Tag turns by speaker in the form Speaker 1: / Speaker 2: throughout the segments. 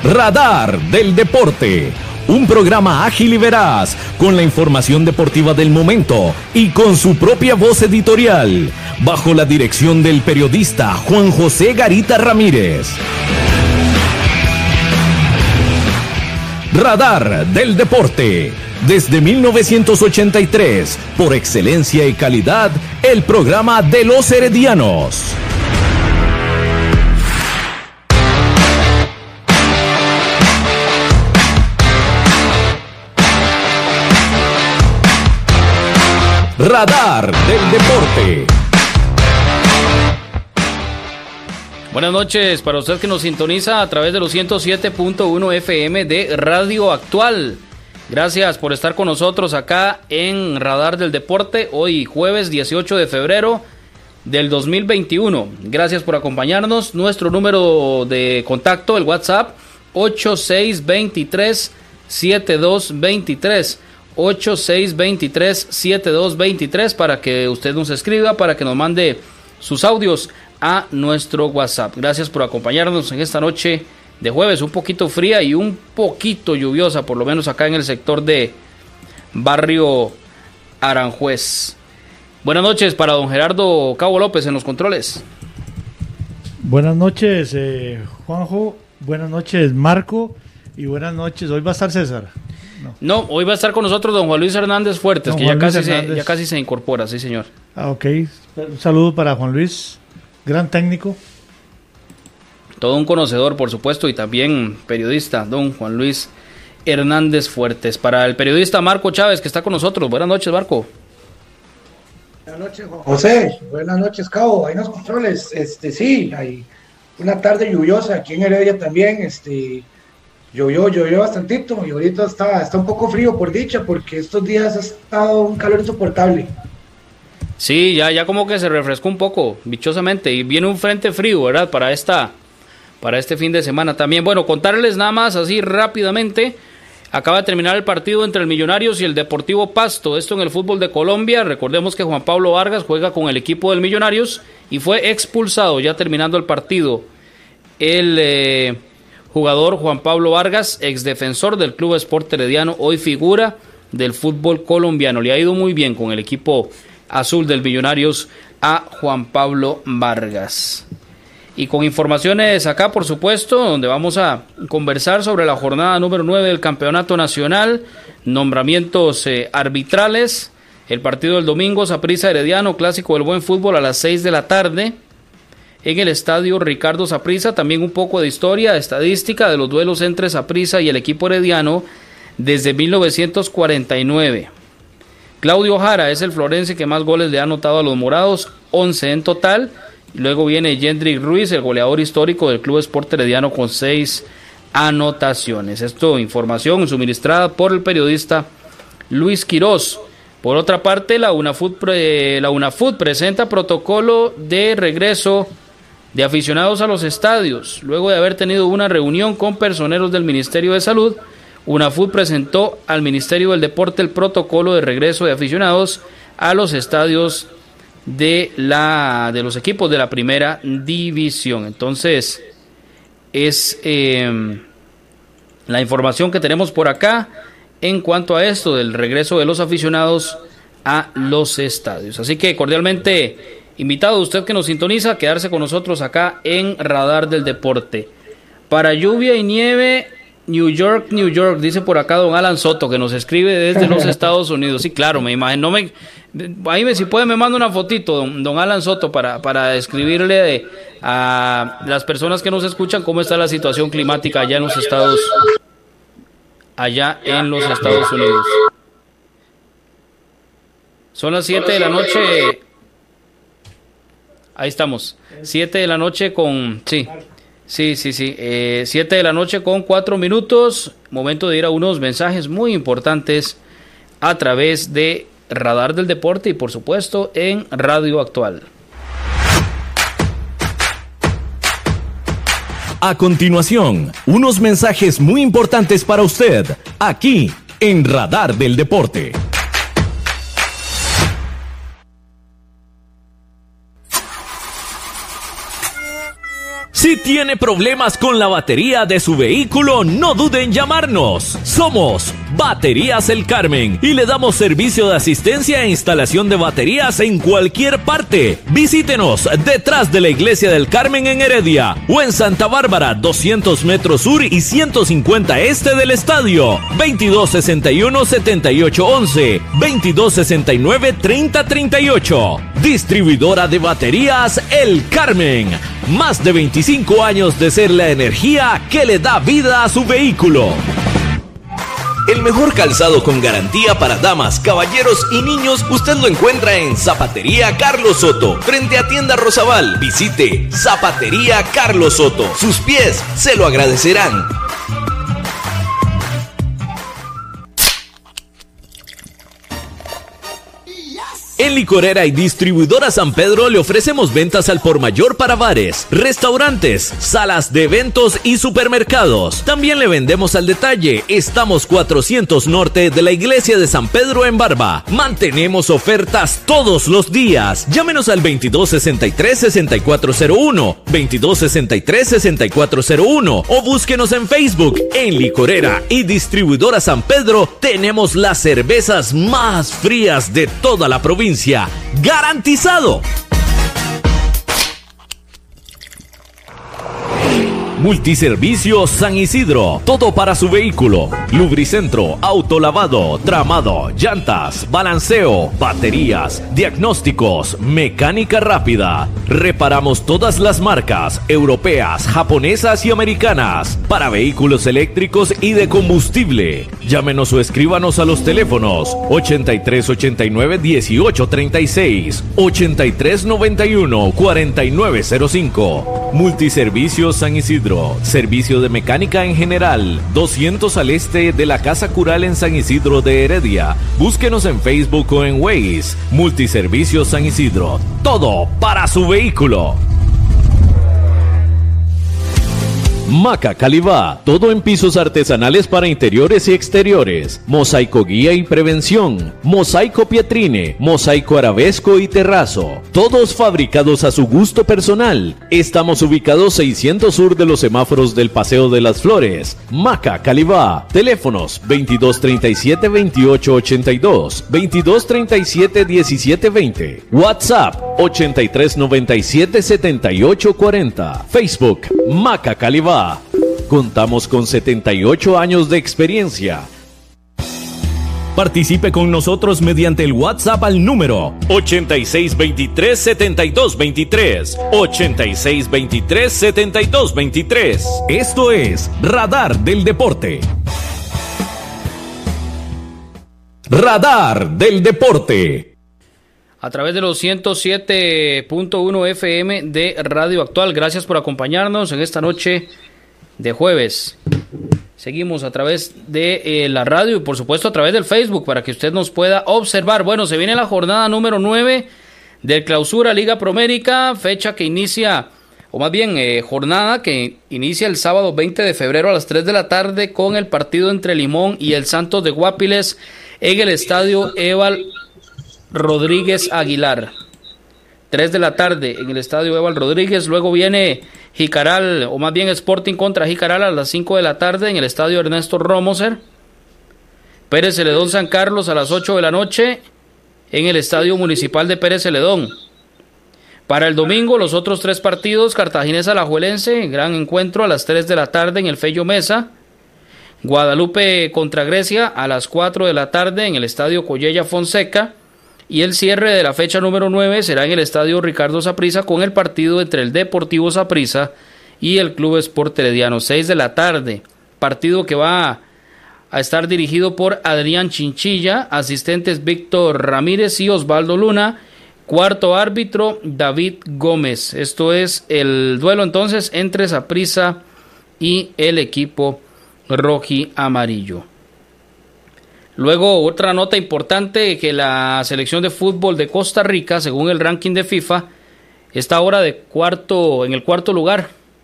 Speaker 1: Radar del Deporte, un programa ágil y veraz, con la información deportiva del momento y con su propia voz editorial, bajo la dirección del periodista Juan José Garita Ramírez. Radar del Deporte, desde 1983, por excelencia y calidad, el programa de los heredianos. Radar del Deporte.
Speaker 2: Buenas noches para usted que nos sintoniza a través de los 107.1 FM de Radio Actual. Gracias por estar con nosotros acá en Radar del Deporte, hoy jueves 18 de febrero del 2021. Gracias por acompañarnos. Nuestro número de contacto, el WhatsApp, 8623-7223. 8623-7223 para que usted nos escriba, para que nos mande sus audios a nuestro WhatsApp. Gracias por acompañarnos en esta noche de jueves, un poquito fría y un poquito lluviosa, por lo menos acá en el sector de Barrio Aranjuez. Buenas noches para don Gerardo Cabo López en los controles.
Speaker 3: Buenas noches, Juanjo. Buenas noches, Marco. Y buenas noches. Hoy va a estar César.
Speaker 2: No, hoy va a estar con nosotros don Juan Luis Hernández Fuertes, que ya casi se incorpora, sí señor.
Speaker 3: Ok, un saludo para Juan Luis, gran técnico.
Speaker 2: Todo un conocedor, por supuesto, y también periodista, don Juan Luis Hernández Fuertes. Para el periodista Marco Chávez, que está con nosotros. Buenas noches, Marco.
Speaker 4: Buenas noches, Juan José. Buenas noches, Cabo. Ahí en los controles. Sí, hay una tarde lluviosa aquí en Heredia también, Llovió bastantito y ahorita está un poco frío por dicha, porque estos días ha estado un calor insoportable.
Speaker 2: Sí, ya como que se refrescó un poco, bichosamente, y viene un frente frío, ¿verdad? Para este fin de semana también. Bueno, contarles nada más así rápidamente. Acaba de terminar el partido entre el Millonarios y el Deportivo Pasto, esto en el fútbol de Colombia. Recordemos que Juan Pablo Vargas juega con el equipo del Millonarios y fue expulsado ya terminando el partido. El jugador Juan Pablo Vargas, exdefensor del Club Sport Herediano, hoy figura del fútbol colombiano. Le ha ido muy bien con el equipo azul del Millonarios a Juan Pablo Vargas. Y con informaciones acá, por supuesto, donde vamos a conversar sobre la jornada número 9 del Campeonato Nacional, nombramientos arbitrales, el partido del domingo, Saprissa Herediano, clásico del buen fútbol a las 6 de la tarde. En el estadio Ricardo Saprissa, también un poco de historia, estadística de los duelos entre Saprissa y el equipo herediano desde 1949. Claudio Jara es el florense que más goles le ha anotado a los morados, 11 en total. Luego viene Yendrick Ruiz, el goleador histórico del Club Sport Herediano, con 6 anotaciones. Esto, información suministrada por el periodista Luis Quirós. Por otra parte, la UNAFUT presenta protocolo de regreso de aficionados a los estadios. Luego de haber tenido una reunión con personeros del Ministerio de Salud, UNAFUT presentó al Ministerio del Deporte el protocolo de regreso de aficionados a los estadios de los equipos de la primera división. Entonces, es la información que tenemos por acá en cuanto a esto del regreso de los aficionados a los estadios. Así que cordialmente invitado usted que nos sintoniza a quedarse con nosotros acá en Radar del Deporte. Para lluvia y nieve, New York, dice por acá don Alan Soto, que nos escribe desde los Estados Unidos. Sí, claro, me imagino. Si puede me manda una fotito, don Alan Soto, para escribirle a las personas que nos escuchan cómo está la situación climática allá en los Estados Unidos. Son las 7 de la noche. Ahí estamos. 7 de la noche con... Sí. 7 de la noche con 4 minutos. Momento de ir a unos mensajes muy importantes a través de Radar del Deporte y por supuesto en Radio Actual.
Speaker 1: A continuación, unos mensajes muy importantes para usted, aquí en Radar del Deporte. Si tiene problemas con la batería de su vehículo, no dude en llamarnos. Somos Baterías El Carmen y le damos servicio de asistencia e instalación de baterías en cualquier parte. Visítenos detrás de la Iglesia del Carmen en Heredia o en Santa Bárbara, 200 metros sur y 150 este del estadio. 2261-7811, 2269-3038. Distribuidora de baterías El Carmen. Más de 25 años de ser la energía que le da vida a su vehículo. El mejor calzado con garantía para damas, caballeros y niños usted lo encuentra en Zapatería Carlos Soto, frente a Tienda Rosabal. Visite Zapatería Carlos Soto. Sus pies se lo agradecerán. En Licorera y Distribuidora San Pedro le ofrecemos ventas al por mayor para bares, restaurantes, salas de eventos y supermercados. También le vendemos al detalle. Estamos 400 norte de la Iglesia de San Pedro en Barba. Mantenemos ofertas todos los días. Llámenos al 2263-6401, 2263-6401 o búsquenos en Facebook. En Licorera y Distribuidora San Pedro tenemos las cervezas más frías de toda la provincia. ¡Garantizado! Multiservicios San Isidro, todo para su vehículo: lubricentro, autolavado, tramado, llantas, balanceo, baterías, diagnósticos, mecánica rápida. Reparamos todas las marcas europeas, japonesas y americanas para vehículos eléctricos y de combustible. Llámenos o escríbanos a los teléfonos 8389-1836, 8391-4905. Multiservicios San Isidro. Servicio de mecánica en general, 200 al este de la Casa Cural en San Isidro de Heredia. Búsquenos en Facebook o en Waze. Multiservicios San Isidro. Todo para su vehículo. Maca Calibá, todo en pisos artesanales para interiores y exteriores, mosaico guía y prevención, mosaico pietrine, mosaico arabesco y terrazo, todos fabricados a su gusto personal. Estamos ubicados 600 sur de los semáforos del Paseo de las Flores. Maca Calibá, teléfonos 2237-2882, 2237-1720, WhatsApp 8397-7840, Facebook Maca Calibá. Contamos con 78 años de experiencia. Participe con nosotros mediante el WhatsApp al número 8623-7223, 8623-7223. Esto es Radar del Deporte. Radar del Deporte.
Speaker 2: A través de los 107.1 FM de Radio Actual. Gracias por acompañarnos en esta noche de jueves. Seguimos a través de la radio y por supuesto a través del Facebook para que usted nos pueda observar. Bueno, se viene la jornada número 9 del Clausura Liga Promérica, fecha que inicia, o más bien jornada que inicia el sábado 20 de febrero a las 3 de la tarde con el partido entre Limón y el Santos de Guapiles en el estadio Eval Rodríguez Aguilar. 3 de la tarde en el estadio Eval Rodríguez. Luego viene Jicaral, o más bien Sporting contra Jicaral a las 5 de la tarde en el estadio Ernesto Romoser. Pérez Celedón San Carlos a las 8 de la noche en el estadio municipal de Pérez Celedón. Para el domingo los otros 3 partidos: Cartaginés Alajuelense, gran encuentro a las 3 de la tarde en el Fello Mesa. Guadalupe contra Grecia a las 4 de la tarde en el estadio Collella Fonseca. Y el cierre de la fecha número 9 será en el estadio Ricardo Saprissa con el partido entre el Deportivo Saprissa y el Club Sport Herediano. 6 de la tarde, partido que va a estar dirigido por Adrián Chinchilla, asistentes Víctor Ramírez y Osvaldo Luna, cuarto árbitro David Gómez. Esto es el duelo entonces entre Saprissa y el equipo roji amarillo. Luego, otra nota importante, que la selección de fútbol de Costa Rica, según el ranking de FIFA, está ahora en el cuarto lugar,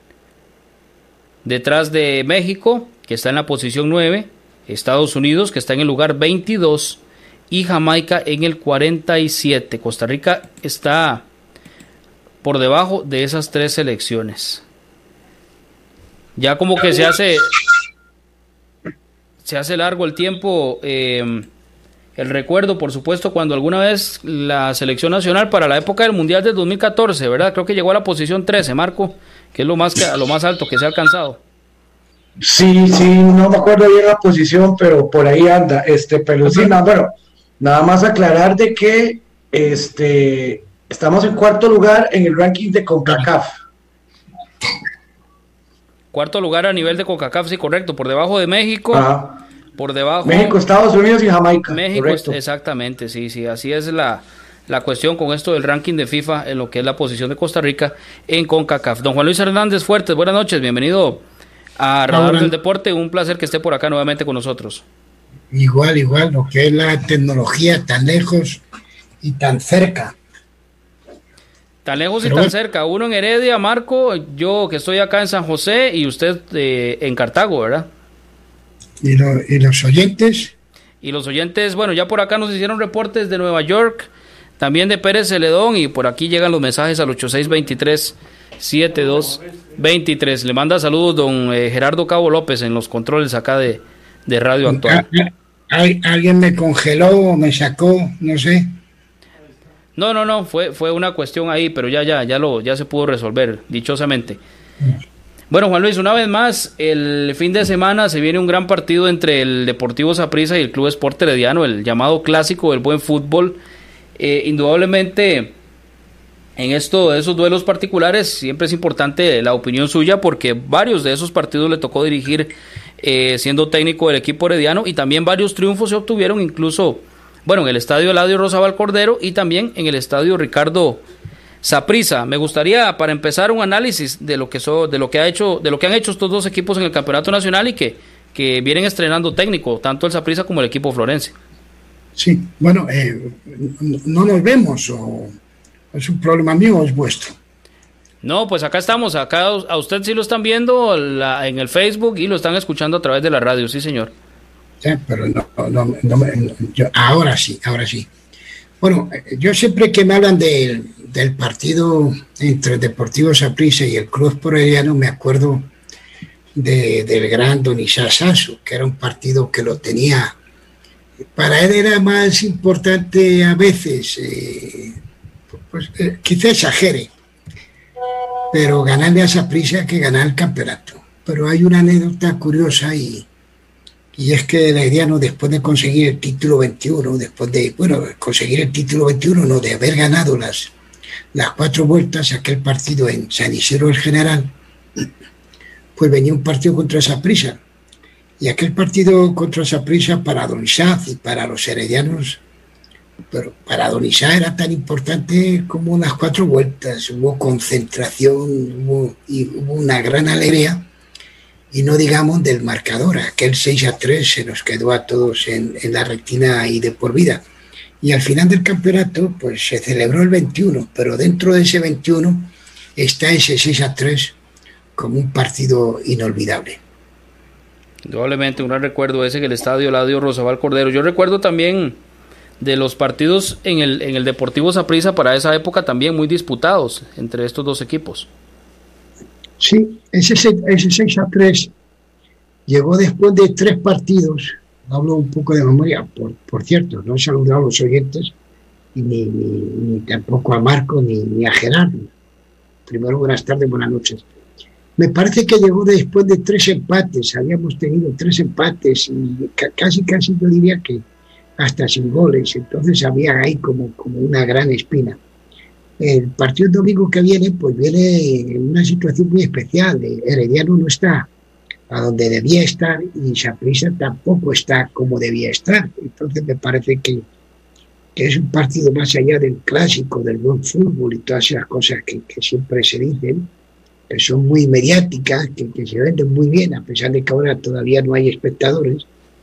Speaker 2: detrás de México, que está en la posición 9, Estados Unidos, que está en el lugar 22, y Jamaica en el 47. Costa Rica está por debajo de esas 3 selecciones. ya como que se hace largo el tiempo, el recuerdo, por supuesto, cuando alguna vez la selección nacional para la época del Mundial del 2014, ¿verdad? Creo que llegó a la posición 13, Marco, que es lo más alto que se ha alcanzado.
Speaker 4: Sí, no me acuerdo bien la posición, pero por ahí anda, pero sí, no, bueno, nada más aclarar de que estamos en cuarto lugar en el ranking de CONCACAF.
Speaker 2: Cuarto lugar a nivel de CONCACAF, sí, correcto, por debajo de México.
Speaker 4: Ajá.
Speaker 2: Por debajo.
Speaker 4: México, Estados Unidos y Jamaica.
Speaker 2: México,
Speaker 4: correcto.
Speaker 2: Exactamente, sí, así es la cuestión con esto del ranking de FIFA en lo que es la posición de Costa Rica en CONCACAF. Don Juan Luis Hernández Fuertes, buenas noches, bienvenido a Radar del Deporte, un placer que esté por acá nuevamente con nosotros.
Speaker 5: Igual, lo que es la tecnología tan lejos y tan cerca.
Speaker 2: Tan lejos y tan cerca, uno en Heredia, Marco, yo que estoy acá en San José y usted en Cartago, ¿verdad?
Speaker 5: ¿Y los oyentes?
Speaker 2: Y los oyentes, bueno, ya por acá nos hicieron reportes de Nueva York, también de Pérez Celedón, y por aquí llegan los mensajes al 8623-7223. Le manda saludos don Gerardo Cabo López en los controles acá de Radio Actual.
Speaker 5: ¿Alguien me congeló o me sacó? No sé.
Speaker 2: No, fue una cuestión ahí, pero ya se pudo resolver, dichosamente. Bueno, Juan Luis, una vez más, el fin de semana se viene un gran partido entre el Deportivo Saprissa y el Club Sport Herediano, el llamado clásico del buen fútbol. Indudablemente, en esos duelos particulares siempre es importante la opinión suya, porque varios de esos partidos le tocó dirigir siendo técnico del equipo herediano, y también varios triunfos se obtuvieron, incluso, bueno, en el estadio Eladio Rosabal Cordero y también en el estadio Ricardo Saprissa. Me gustaría, para empezar, un análisis de lo que han hecho estos dos equipos en el campeonato nacional y que vienen estrenando técnico, tanto el Saprissa como el equipo florense.
Speaker 5: Sí, bueno, no nos vemos, o es un problema mío o es vuestro.
Speaker 2: No, pues acá estamos, acá a usted sí lo están viendo en el Facebook y lo están escuchando a través de la radio, sí señor.
Speaker 5: Sí, pero ahora sí. Bueno, yo siempre que me hablan del partido entre el Deportivo Saprissa y el Club Sport Herediano, me acuerdo del gran Don Isaac Sasso, que era un partido que lo tenía. Para él era más importante a veces, quizá exagere, pero ganarle a Saprissa que ganar el campeonato. Pero hay una anécdota curiosa y es que el Herediano, después de conseguir el título 21, de haber ganado las 4 vueltas, aquel partido en San Isidro del General, pues venía un partido contra Saprissa. Y aquel partido contra Saprissa para Don Isaac y para los heredianos, pero para Don Isaac era tan importante como las 4 vueltas. Hubo concentración, hubo una gran alegría, y no digamos del marcador. Aquel 6-3 se nos quedó a todos en la retina y de por vida. Y al final del campeonato pues se celebró el 21, pero dentro de ese 21 está ese 6-3 como un partido inolvidable.
Speaker 2: Indudablemente un gran recuerdo ese en el estadio Eladio Rosabal Cordero. Yo recuerdo también de los partidos en el Deportivo Saprissa para esa época también muy disputados entre estos dos equipos.
Speaker 5: Sí, ese 6-3 llegó después de 3 partidos. Hablo un poco de memoria, por cierto, no he saludado a los oyentes, ni tampoco a Marco ni a Gerardo. Primero, buenas tardes, buenas noches. Me parece que llegó después de 3 empates. Habíamos tenido 3 empates y casi yo diría que hasta sin goles. Entonces había ahí como una gran espina. El partido domingo que viene, pues viene en una situación muy especial. Herediano no está a donde debía estar y Saprissa tampoco está como debía estar. Entonces me parece que es un partido más allá del clásico, del buen fútbol y todas esas cosas que siempre se dicen, que son muy mediáticas, que se venden muy bien, a pesar de que ahora todavía no hay espectadores.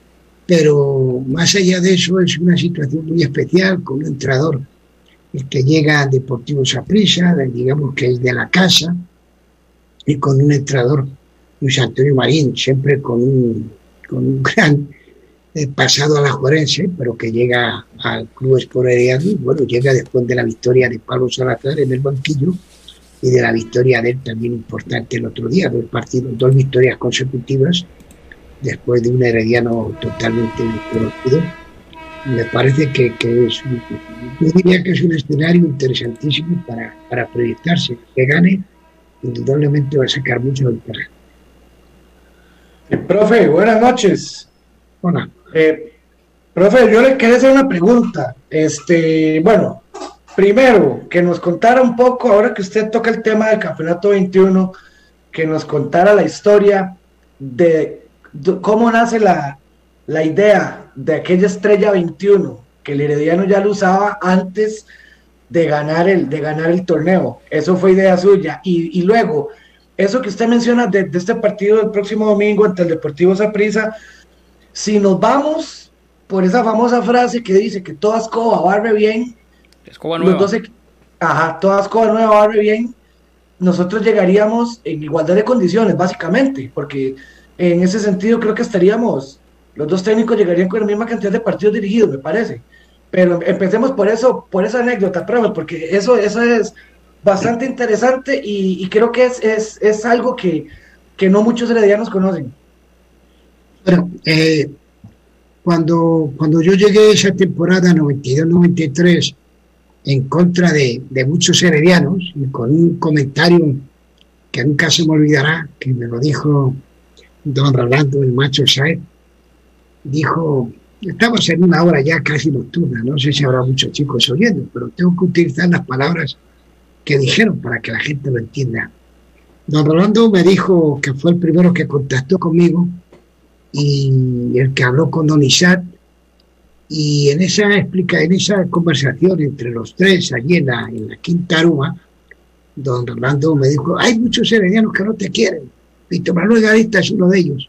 Speaker 5: Pero más allá de eso, es una situación muy especial, con un entrenador que llega al Deportivo Saprissa, digamos que es de la casa, y con un entrenador, Luis Antonio Marín, siempre con un gran pasado alajuelense, pero que llega al Club Sport Herediano, y bueno, llega después de la victoria de Pablo Salazar en el banquillo, y de la victoria de él también importante el otro día, dos victorias consecutivas después de un Herediano totalmente desconocido. Me parece que es, yo diría que es un escenario interesantísimo para proyectarse. Que gane, indudablemente va a sacar mucho ventaja.
Speaker 4: Profe, buenas noches.
Speaker 5: Hola.
Speaker 4: Profe, yo le quería hacer una pregunta. Bueno, primero, que nos contara un poco, ahora que usted toca el tema del Campeonato 21, que nos contara la historia de cómo nace la idea de aquella estrella 21, que el Herediano ya lo usaba antes de ganar el torneo. Eso fue idea suya. Y luego, eso que usted menciona de este partido del próximo domingo ante el Deportivo Saprissa, si nos vamos por esa famosa frase que dice que toda escoba barre bien,
Speaker 2: escoba nueva.
Speaker 4: Toda escoba nueva barre bien, nosotros llegaríamos en igualdad de condiciones, básicamente, porque en ese sentido creo que estaríamos, los dos técnicos llegarían con la misma cantidad de partidos dirigidos, me parece. Pero empecemos por esa anécdota, profe, porque eso es bastante interesante y creo que es algo que no muchos heredianos conocen.
Speaker 5: Bueno, cuando yo llegué esa temporada 92-93 en contra de muchos heredianos, y con un comentario que nunca se me olvidará, que me lo dijo don Rolando, el Macho Saez, dijo, estamos en una hora ya casi nocturna, no sé si habrá muchos chicos oyendo, pero tengo que utilizar las palabras que dijeron para que la gente lo entienda. Don Rolando me dijo que fue el primero que contactó conmigo y el que habló con don Isaac, y en esa conversación entre los tres allí en la Quinta Aruba, don Rolando me dijo, hay muchos heredianos que no te quieren, Víctor Manuel Garita es uno de ellos.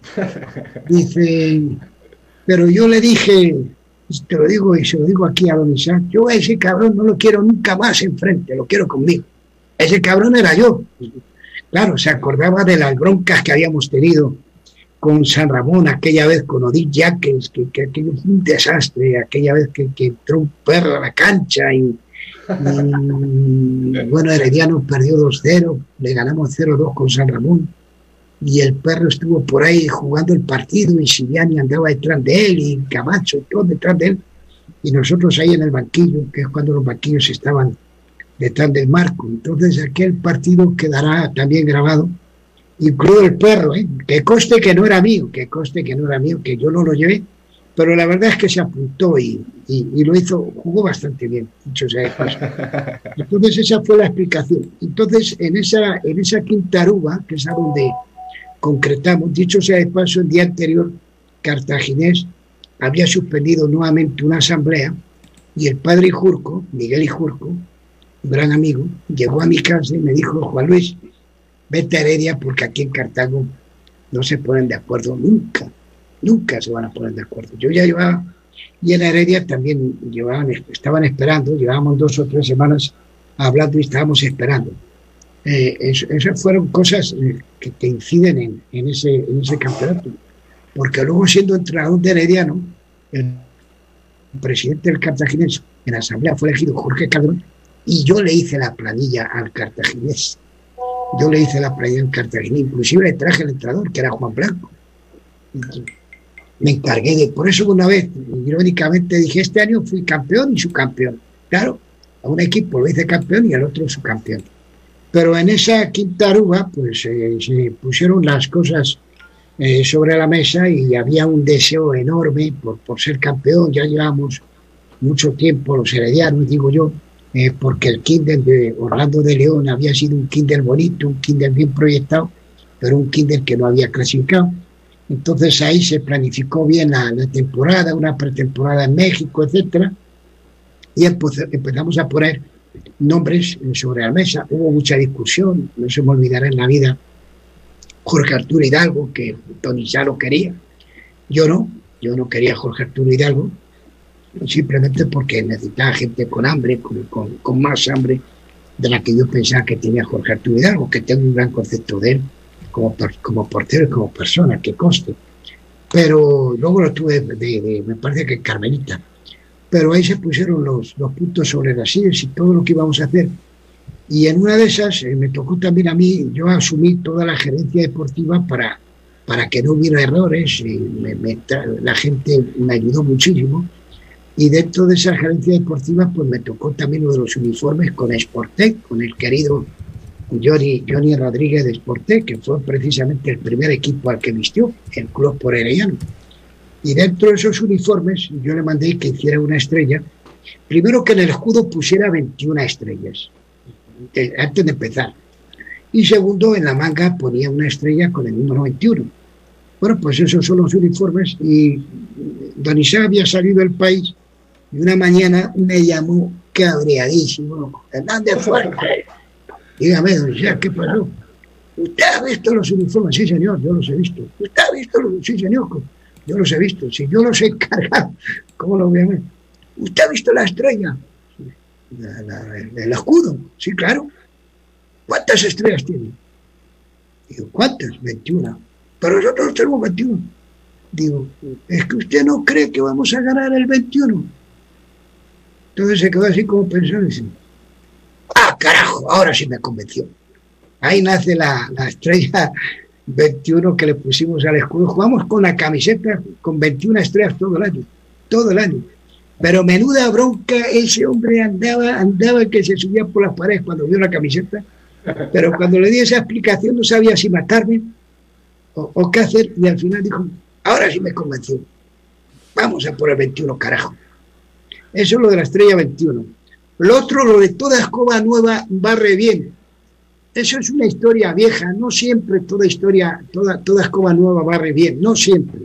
Speaker 5: Dice, pero yo le dije, te lo digo y se lo digo aquí a don Isaac, yo a ese cabrón no lo quiero nunca más enfrente, lo quiero conmigo. Ese cabrón era yo. Claro, se acordaba de las broncas que habíamos tenido con San Ramón, aquella vez con Odín Yaques, que aquello fue un desastre, aquella vez que entró un perro a la cancha y bueno, Herediano perdió 2-0, le ganamos 0-2 con San Ramón, y el perro estuvo por ahí jugando el partido y Siliani andaba detrás de él y Camacho, todo detrás de él, y nosotros ahí en el banquillo, que es cuando los banquillos estaban detrás del marco. Entonces aquel partido quedará también grabado, incluido el perro, que conste que no era mío, que yo no lo llevé, pero la verdad es que se apuntó y lo hizo, jugó bastante bien, dicho sea de paso. Entonces esa fue la explicación. Entonces en esa Quinta Aruba, que es a donde concretamos, dicho sea de paso, el día anterior Cartaginés había suspendido nuevamente una asamblea y el padre Ijurco, Miguel Ijurco, un gran amigo, llegó a mi casa y me dijo, Juan Luis, vete a Heredia porque aquí en Cartago no se ponen de acuerdo nunca se van a poner de acuerdo. Yo ya llevaba, y en Heredia también estaban esperando, llevábamos 2 o 3 semanas hablando y estábamos esperando. Esas fueron cosas que inciden en ese campeonato, porque luego siendo entrenador de Herediano, el presidente del Cartaginés en la asamblea fue elegido Jorge Calderón, y yo le hice la planilla al Cartaginés. Inclusive le traje el entrenador, que era Juan Blanco. Me encargué de, por eso una vez, irónicamente dije, este año fui campeón y subcampeón. Claro, a un equipo lo hice campeón y al otro subcampeón. Pero en esa Quinta Aruba, pues se pusieron las cosas sobre la mesa y había un deseo enorme por ser campeón. Ya llevamos mucho tiempo los heredianos, digo yo, porque el Kinder de Orlando de León había sido un Kinder bonito, un Kinder bien proyectado, pero un Kinder que no había clasificado. Entonces ahí se planificó bien la temporada, una pretemporada en México, etcétera, y empezamos a poner nombres sobre la mesa. Hubo mucha discusión, no se me olvidará en la vida Jorge Arturo Hidalgo, que Tony ya lo quería. Yo no quería a Jorge Arturo Hidalgo, simplemente porque necesitaba gente con hambre, con más hambre de la que yo pensaba que tenía Jorge Arturo Hidalgo, que tengo un gran concepto de él como portero y como persona, que conste. Pero luego lo tuve me parece que Carmelita. Pero ahí se pusieron los puntos sobre las sillas y todo lo que íbamos a hacer. Y en una de esas me tocó también a mí, yo asumí toda la gerencia deportiva para que no hubiera errores, y la gente me ayudó muchísimo. Y dentro de esa gerencia deportiva, pues me tocó también uno de los uniformes con Sportec, con el querido Johnny Rodríguez de Sportec, que fue precisamente el primer equipo al que vistió, el Club Porerellano. Y dentro de esos uniformes, yo le mandé que hiciera una estrella. Primero, que en el escudo pusiera 21 estrellas, antes de empezar. Y segundo, en la manga ponía una estrella con el número 21. Bueno, pues esos son los uniformes. Y don Isá había salido del país y una mañana me llamó cabreadísimo: Hernández Fuerte, dígame, don Isá, ¿qué pasó? ¿Usted ha visto los uniformes? Sí, señor, yo los he visto. ¿Usted ha visto los? Sí, señor, yo los he visto. Si yo los he encargado, ¿cómo lo voy a ver? ¿Usted ha visto la estrella? El escudo. Sí, claro. ¿Cuántas estrellas tiene? Digo, ¿cuántas? 21. Pero nosotros tenemos 21. Digo, ¿es que usted no cree que vamos a ganar el 21? Entonces se quedó así como pensando y dice: ¡ah, carajo! Ahora sí me convenció. Ahí nace la estrella 21 que le pusimos al escudo. Jugamos con la camiseta con 21 estrellas todo el año. Pero menuda bronca, ese hombre andaba que se subía por las paredes cuando vio la camiseta. Pero cuando le di esa explicación no sabía si matarme o qué hacer, y al final dijo: ahora sí me convenció, vamos a por el 21, carajo. Eso es lo de la estrella 21. Lo otro, lo de toda escoba nueva barre bien. Eso es una historia vieja. No siempre toda escoba nueva barre bien. No siempre.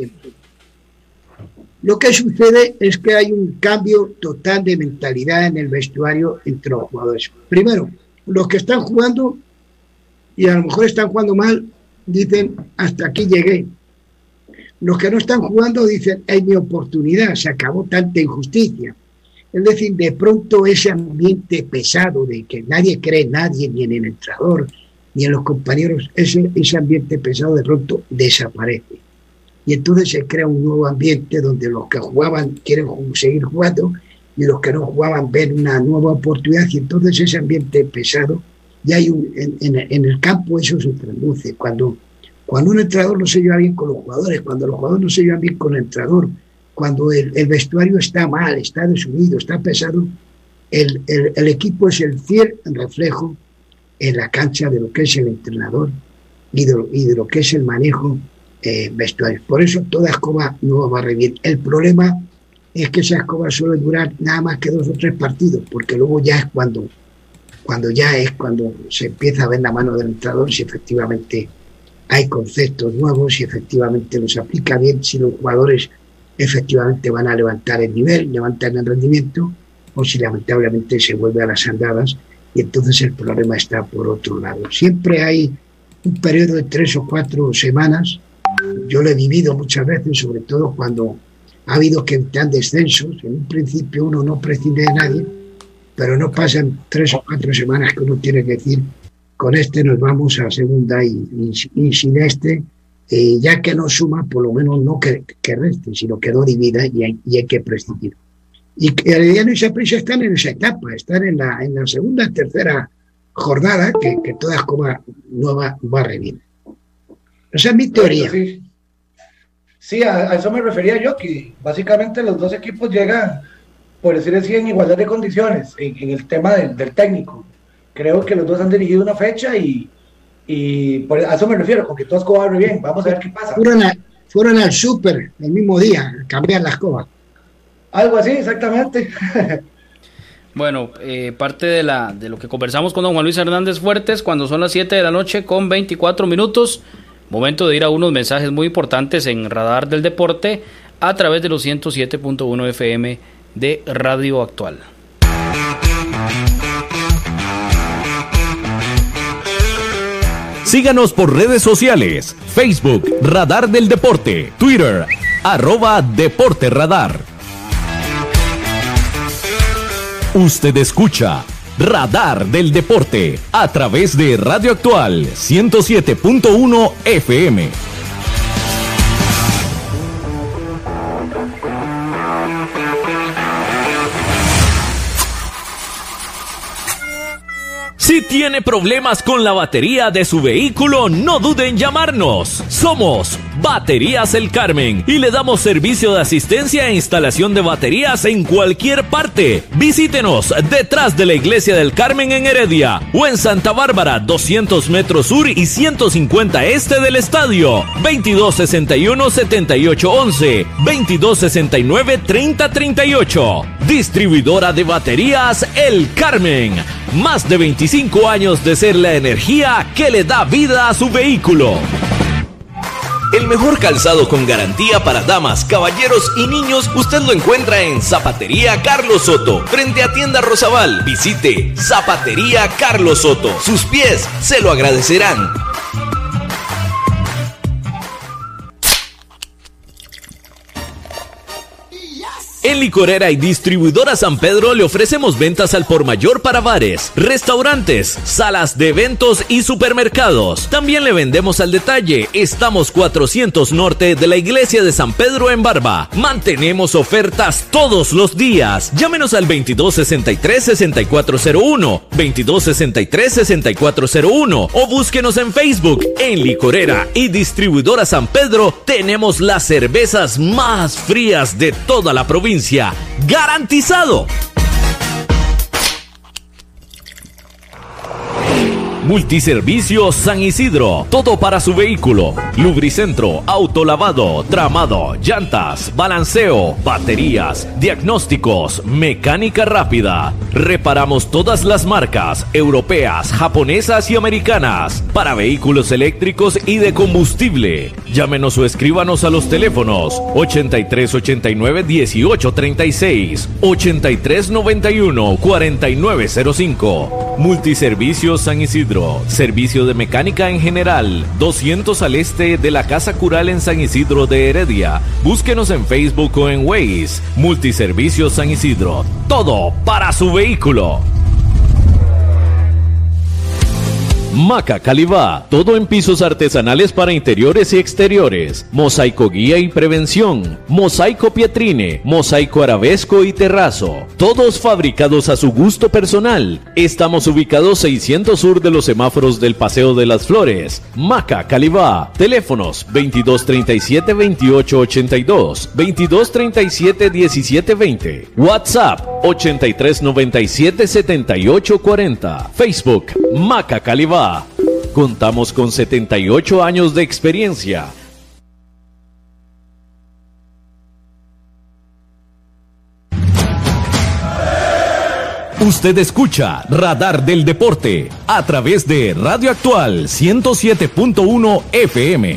Speaker 5: Lo que sucede es que hay un cambio total de mentalidad en el vestuario entre los jugadores. Primero, los que están jugando, y a lo mejor están jugando mal, dicen: hasta aquí llegué. Los que no están jugando dicen: es mi oportunidad, se acabó tanta injusticia. Es decir, de pronto ese ambiente pesado de que nadie cree en nadie, ni en el entrenador, ni en los compañeros, ese ambiente pesado de pronto desaparece. Y entonces se crea un nuevo ambiente donde los que jugaban quieren seguir jugando y los que no jugaban ven una nueva oportunidad, y entonces ese ambiente pesado, ya hay en el campo eso se traduce. Cuando un entrenador no se lleva bien con los jugadores, cuando los jugadores no se llevan bien con el entrenador, cuando el vestuario está mal, está desunido, está pesado, el equipo es el fiel reflejo en la cancha de lo que es el entrenador y de lo que es el manejo vestuario. Por eso toda escoba no barre bien. El problema es que esa escoba suele durar nada más que 2 o 3 partidos, porque luego ya es cuando se empieza a ver la mano del entrenador si efectivamente hay conceptos nuevos, si efectivamente los aplica bien, si los jugadores efectivamente van a levantar el nivel, levantar el rendimiento, o si lamentablemente se vuelve a las andadas, y entonces el problema está por otro lado. Siempre hay un periodo de 3 o 4 semanas. Yo lo he vivido muchas veces, sobre todo cuando ha habido que entrar descensos. En un principio uno no prescinde de nadie, pero no pasan 3 o 4 semanas que uno tiene que decir: con este nos vamos a segunda, y sin este, ya que no suma, por lo menos no que reste, sino que no divida, y hay que prescindir. Y Herediano y Saprissa están en esa etapa, están en la segunda, tercera jornada, que toda escoba nueva barre bien. Esa es mi teoría.
Speaker 4: Sí, a eso me refería yo, que básicamente los dos equipos llegan, por decir así, en igualdad de condiciones, en el tema del técnico. Creo que los dos han dirigido una fecha y a eso me refiero, con que toda escoba barre bien. Vamos a ver qué pasa.
Speaker 5: Fueron al súper el mismo día a cambiar la escoba.
Speaker 4: Algo así, exactamente.
Speaker 2: Bueno, parte de lo que conversamos con don Juan Luis Hernández Fuertes, cuando son las 7 de la noche con 24 minutos, momento de ir a unos mensajes muy importantes en Radar del Deporte a través de los 107.1 FM de Radio Actual.
Speaker 1: Síganos por redes sociales: Facebook, Radar del Deporte, Twitter, @Deporte Radar. Usted escucha Radar del Deporte a través de Radio Actual 107.1 FM. Si tiene problemas con la batería de su vehículo, no dude en llamarnos. Somos Baterías El Carmen y le damos servicio de asistencia e instalación de baterías en cualquier parte. Visítenos detrás de la Iglesia del Carmen en Heredia o en Santa Bárbara, 200 metros sur y 150 este del estadio. 2261-7811, 2269-3038. Distribuidora de baterías El Carmen. Más de 25 años de ser la energía que le da vida a su vehículo. El mejor calzado con garantía para damas, caballeros y niños usted lo encuentra en Zapatería Carlos Soto, frente a Tienda Rosabal. Visite Zapatería Carlos Soto. Sus pies se lo agradecerán. En Licorera y Distribuidora San Pedro le ofrecemos ventas al por mayor para bares, restaurantes, salas de eventos y supermercados. También le vendemos al detalle. Estamos 400 norte de la Iglesia de San Pedro en Barba. Mantenemos ofertas todos los días. Llámenos al 2263-6401, 2263-6401 o búsquenos en Facebook. En Licorera y Distribuidora San Pedro tenemos las cervezas más frías de toda la provincia. ¡Garantizado! Multiservicios San Isidro, todo para su vehículo: lubricentro, autolavado, tramado, llantas, balanceo, baterías, diagnósticos, mecánica rápida. Reparamos todas las marcas europeas, japonesas y americanas para vehículos eléctricos y de combustible. Llámenos o escríbanos a los teléfonos 8389-1836, 8391-4905. Multiservicios San Isidro. Servicio de mecánica en general, 200 al este de la Casa Cural en San Isidro de Heredia. Búsquenos en Facebook o en Waze. Multiservicios San Isidro. Todo para su vehículo. Maca Calibá, todo en pisos artesanales para interiores y exteriores, mosaico guía y prevención, mosaico pietrine, mosaico arabesco y terrazo, todos fabricados a su gusto personal. Estamos ubicados 600 sur de los semáforos del Paseo de las Flores. Maca Calibá, teléfonos 2237-2882, 2237-1720, WhatsApp 8397-7840, Facebook Maca Calibá. Contamos con 78 años de experiencia. Usted escucha Radar del Deporte a través de Radio Actual 107.1 FM.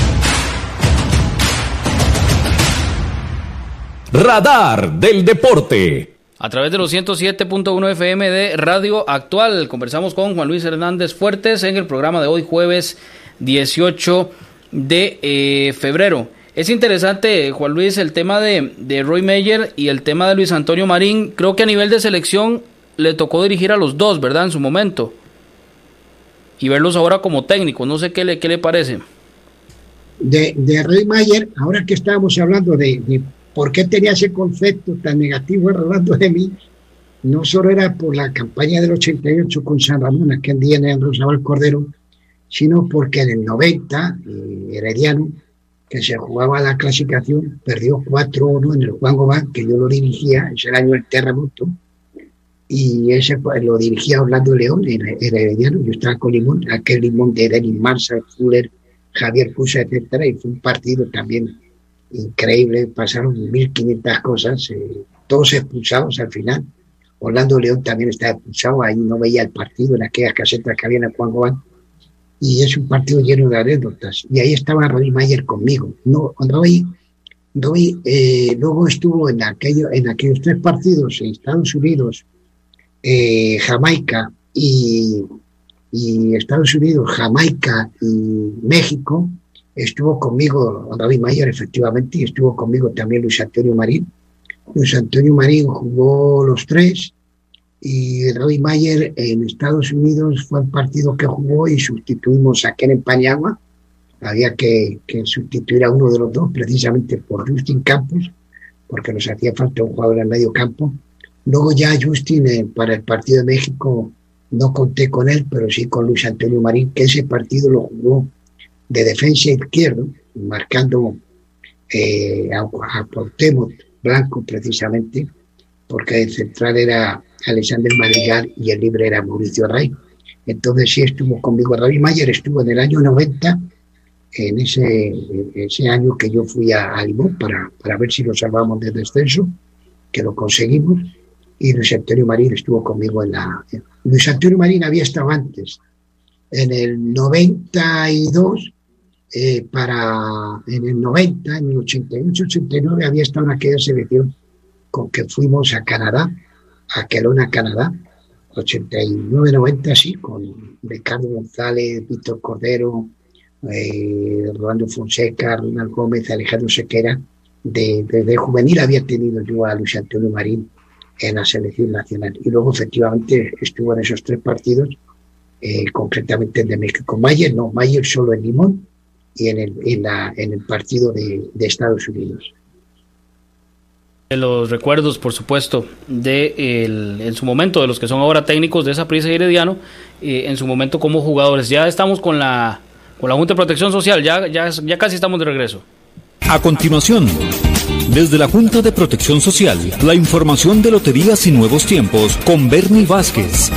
Speaker 1: Radar del Deporte.
Speaker 2: A través de los 107.1 FM de Radio Actual, conversamos con Juan Luis Hernández Fuertes en el programa de hoy, jueves 18 de febrero. Es interesante, Juan Luis, el tema de Roy Meyer y el tema de Luis Antonio Marín. Creo que a nivel de selección le tocó dirigir a los dos, ¿verdad?, en su momento. Y verlos ahora como técnicos. No sé qué le parece.
Speaker 5: De Roy Meyer, ahora que estábamos hablando de ¿por qué tenía ese concepto tan negativo hablando de mí? No solo era por la campaña del 88 con San Ramón, aquel día en Rosabal Cordero, sino porque en el 90, Herediano, que se jugaba la clasificación, perdió 4-1 en el Juan Gobán, que yo lo dirigía, ese año el terremoto, y ese lo dirigía Orlando León, en Herediano. Yo estaba con Limón, aquel Limón de Denis Marza, Fuller, Javier Fusa, etcétera, y fue un partido también increíble. Pasaron 1500 cosas, todos expulsados al final. Orlando León también estaba expulsado, ahí no veía el partido en aquellas casetas que había en el Juan Gobán, y es un partido lleno de anécdotas, y ahí estaba Roy Meyer conmigo. No, Roy luego estuvo en aquellos 3 partidos en Estados Unidos, Jamaica y Estados Unidos, Jamaica y México. Estuvo conmigo Roy Meyer, efectivamente, y estuvo conmigo también Luis Antonio Marín. Luis Antonio Marín jugó los 3, y Roy Meyer en Estados Unidos fue el partido que jugó y sustituimos a Kenneth Paniagua. Había que sustituir a uno de los dos, precisamente por Justin Campos, porque nos hacía falta un jugador en el medio campo. Luego ya Justin, para el partido de México, no conté con él, pero sí con Luis Antonio Marín, que ese partido lo jugó de defensa izquierdo, marcando a Cuauhtémoc Blanco precisamente, porque el central era Alexander Madrigal y el libre era Mauricio Rey. Entonces sí estuvo conmigo. David Mayer estuvo en el año 90, en ese año que yo fui a Limón para ver si lo salvamos del descenso, que lo conseguimos, y Luis Antonio Marín estuvo conmigo Luis Antonio Marín había estado antes, en el 92, en el 90, en el 88, 89 había estado en aquella selección con que fuimos a Canadá, a Kelowna, Canadá, 89-90, sí, con Ricardo González, Víctor Cordero, Rolando Fonseca, Ronald Gómez, Alejandro Sequera. De juvenil había tenido yo a Luis Antonio Marín en la selección nacional, y luego efectivamente estuvo en esos 3 partidos, concretamente el de México. Mayer solo en Limón y en el partido de Estados Unidos.
Speaker 2: Los recuerdos, por supuesto, en su momento, de los que son ahora técnicos de Saprissa y Herediano, en su momento como jugadores. Ya estamos con la Junta de Protección Social, ya casi estamos de regreso.
Speaker 1: A continuación, desde la Junta de Protección Social, la información de Loterías y Nuevos Tiempos con Bernie Vázquez.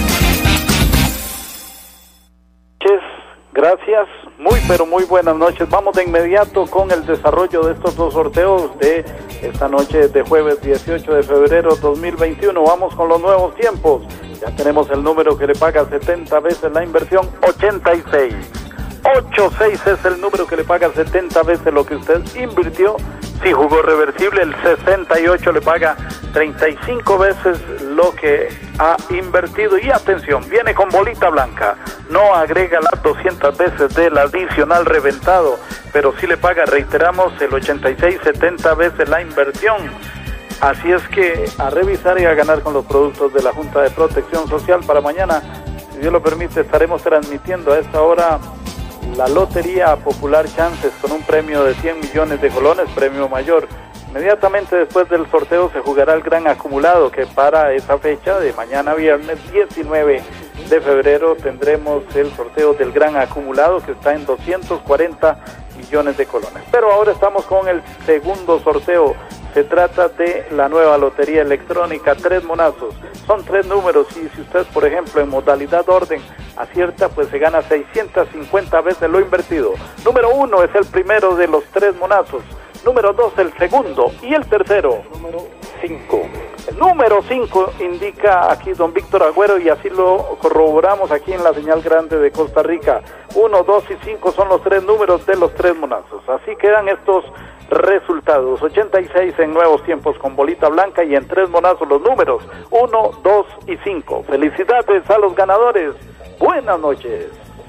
Speaker 6: Gracias, pero muy buenas noches. Vamos de inmediato con el desarrollo de estos 2 sorteos de esta noche de jueves 18 de febrero 2021. Vamos con los nuevos tiempos. Ya tenemos el número que le paga 70 veces la inversión, 86. 86 es el número que le paga 70 veces lo que usted invirtió. Si jugó reversible, el 68 le paga 35 veces lo que ha invertido. Y atención, viene con bolita blanca. No agrega las 200 veces del adicional reventado, pero sí le paga, reiteramos, el 86, 70 veces la inversión. Así es que a revisar y a ganar con los productos de la Junta de Protección Social. Para mañana, si Dios lo permite, estaremos transmitiendo a esta hora la Lotería Popular Chances con un premio de 100 millones de colones, premio mayor. Inmediatamente después del sorteo se jugará el gran acumulado, que para esa fecha de mañana viernes 19 de febrero tendremos el sorteo del gran acumulado, que está en 240 millones de colones. Pero ahora estamos con el segundo sorteo. Se trata de la nueva lotería electrónica, 3 monazos. Son 3 números y si usted, por ejemplo, en modalidad orden acierta, pues se gana 650 veces lo invertido. Número 1 es el primero de los 3 monazos. Número 2 el segundo y el tercero. Número 5. El número 5 indica aquí don Víctor Agüero, y así lo corroboramos aquí en la señal grande de Costa Rica. 1, 2 y 5 son los 3 números de los 3 monazos. Así quedan estos resultados. 86 en nuevos tiempos con bolita blanca, y en 3 monazos los números 1, 2 y 5. Felicidades a los ganadores. Buenas noches.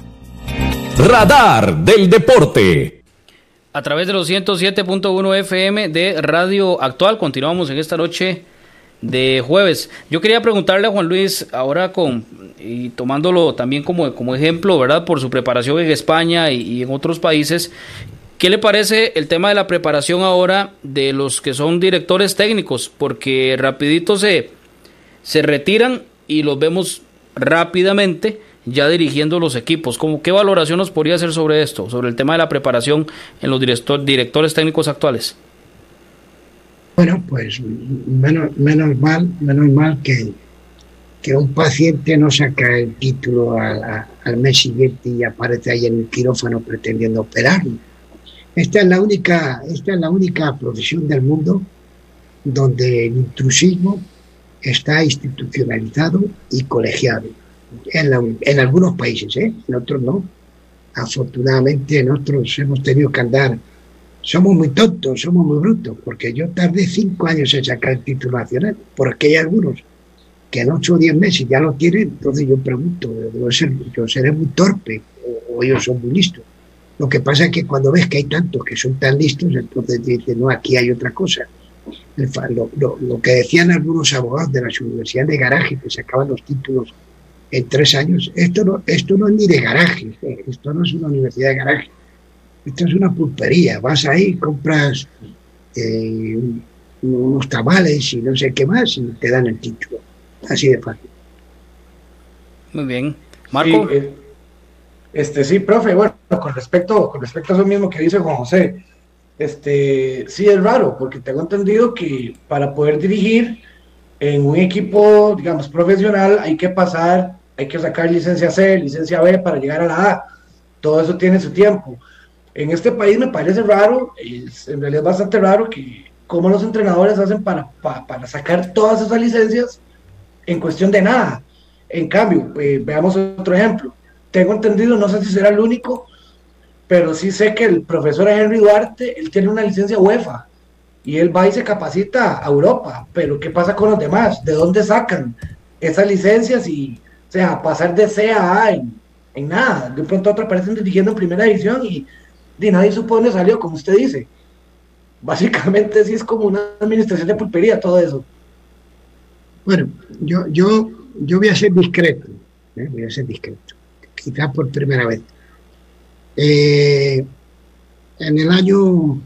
Speaker 1: Radar del Deporte.
Speaker 2: A través de los 107.1 FM de Radio Actual, continuamos en esta noche de jueves. Yo quería preguntarle a Juan Luis, ahora y tomándolo también como ejemplo, ¿verdad?, por su preparación en España y en otros países, ¿qué le parece el tema de la preparación ahora de los que son directores técnicos? Porque rapidito se retiran y los vemos rápidamente ya dirigiendo los equipos. ¿Qué valoración nos podría hacer sobre esto, sobre el tema de la preparación en los directores técnicos actuales?
Speaker 5: Bueno, pues menos mal que un paciente no saca el título al mes siguiente y aparece ahí en el quirófano pretendiendo operarlo. Esta es la única profesión del mundo donde el intrusismo está institucionalizado y colegiado. En algunos países, en otros no. Afortunadamente en otros hemos tenido que andar. Somos muy tontos, somos muy brutos, porque yo tardé 5 años en sacar el título nacional, porque hay algunos que en 8 o 10 meses ya lo tienen. Entonces yo pregunto, yo seré muy torpe o ellos son muy listos. Lo que pasa es que cuando ves que hay tantos que son tan listos, entonces dices, no, aquí hay otra cosa. Lo que decían algunos abogados de las universidades de garaje, que sacaban los títulos en 3 años, esto no es ni de garaje, esto no es una universidad de garaje, esto es una pulpería. Vas ahí, compras unos tamales y no sé qué más y te dan el título, así de fácil.
Speaker 2: Muy bien. Marco.
Speaker 4: Sí, profe, bueno, con respecto a eso mismo que dice Juan José, sí es raro, porque tengo entendido que para poder dirigir en un equipo, digamos, profesional, hay que sacar licencia C, licencia B para llegar a la A. Todo eso tiene su tiempo. En este país me parece raro, en realidad es bastante raro que cómo los entrenadores hacen para sacar todas esas licencias en cuestión de nada. En cambio, veamos otro ejemplo. Tengo entendido, no sé si será el único, pero sí sé que el profesor Henry Duarte, él tiene una licencia UEFA y él va y se capacita a Europa, pero ¿qué pasa con los demás? ¿De dónde sacan esas licencias? Y, o sea, pasar de C a A en nada. De pronto otros aparecen dirigiendo en primera división y nadie supo dónde salió, como usted dice. Básicamente sí es como una administración de pulpería todo eso.
Speaker 5: Bueno, yo voy a ser discreto, quizás por primera vez. En el año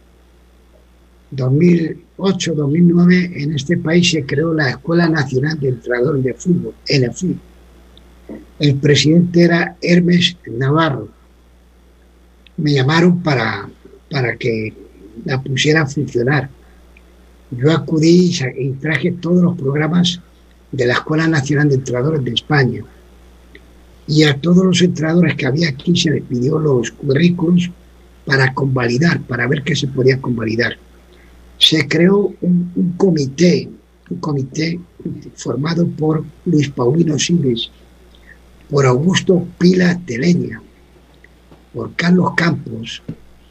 Speaker 5: 2008-2009 en este país se creó la Escuela Nacional de Entrenadores de Fútbol, NFU. El presidente era Hermes Navarro. Me llamaron para que la pusiera a funcionar. Yo acudí y traje todos los programas de la Escuela Nacional de Entrenadores de España. Y a todos los entrenadores que había aquí se les pidió los currículos para convalidar, para ver qué se podía convalidar. Se creó un comité formado por Luis Paulino Siles, por Augusto Pila Teleña, por Carlos Campos,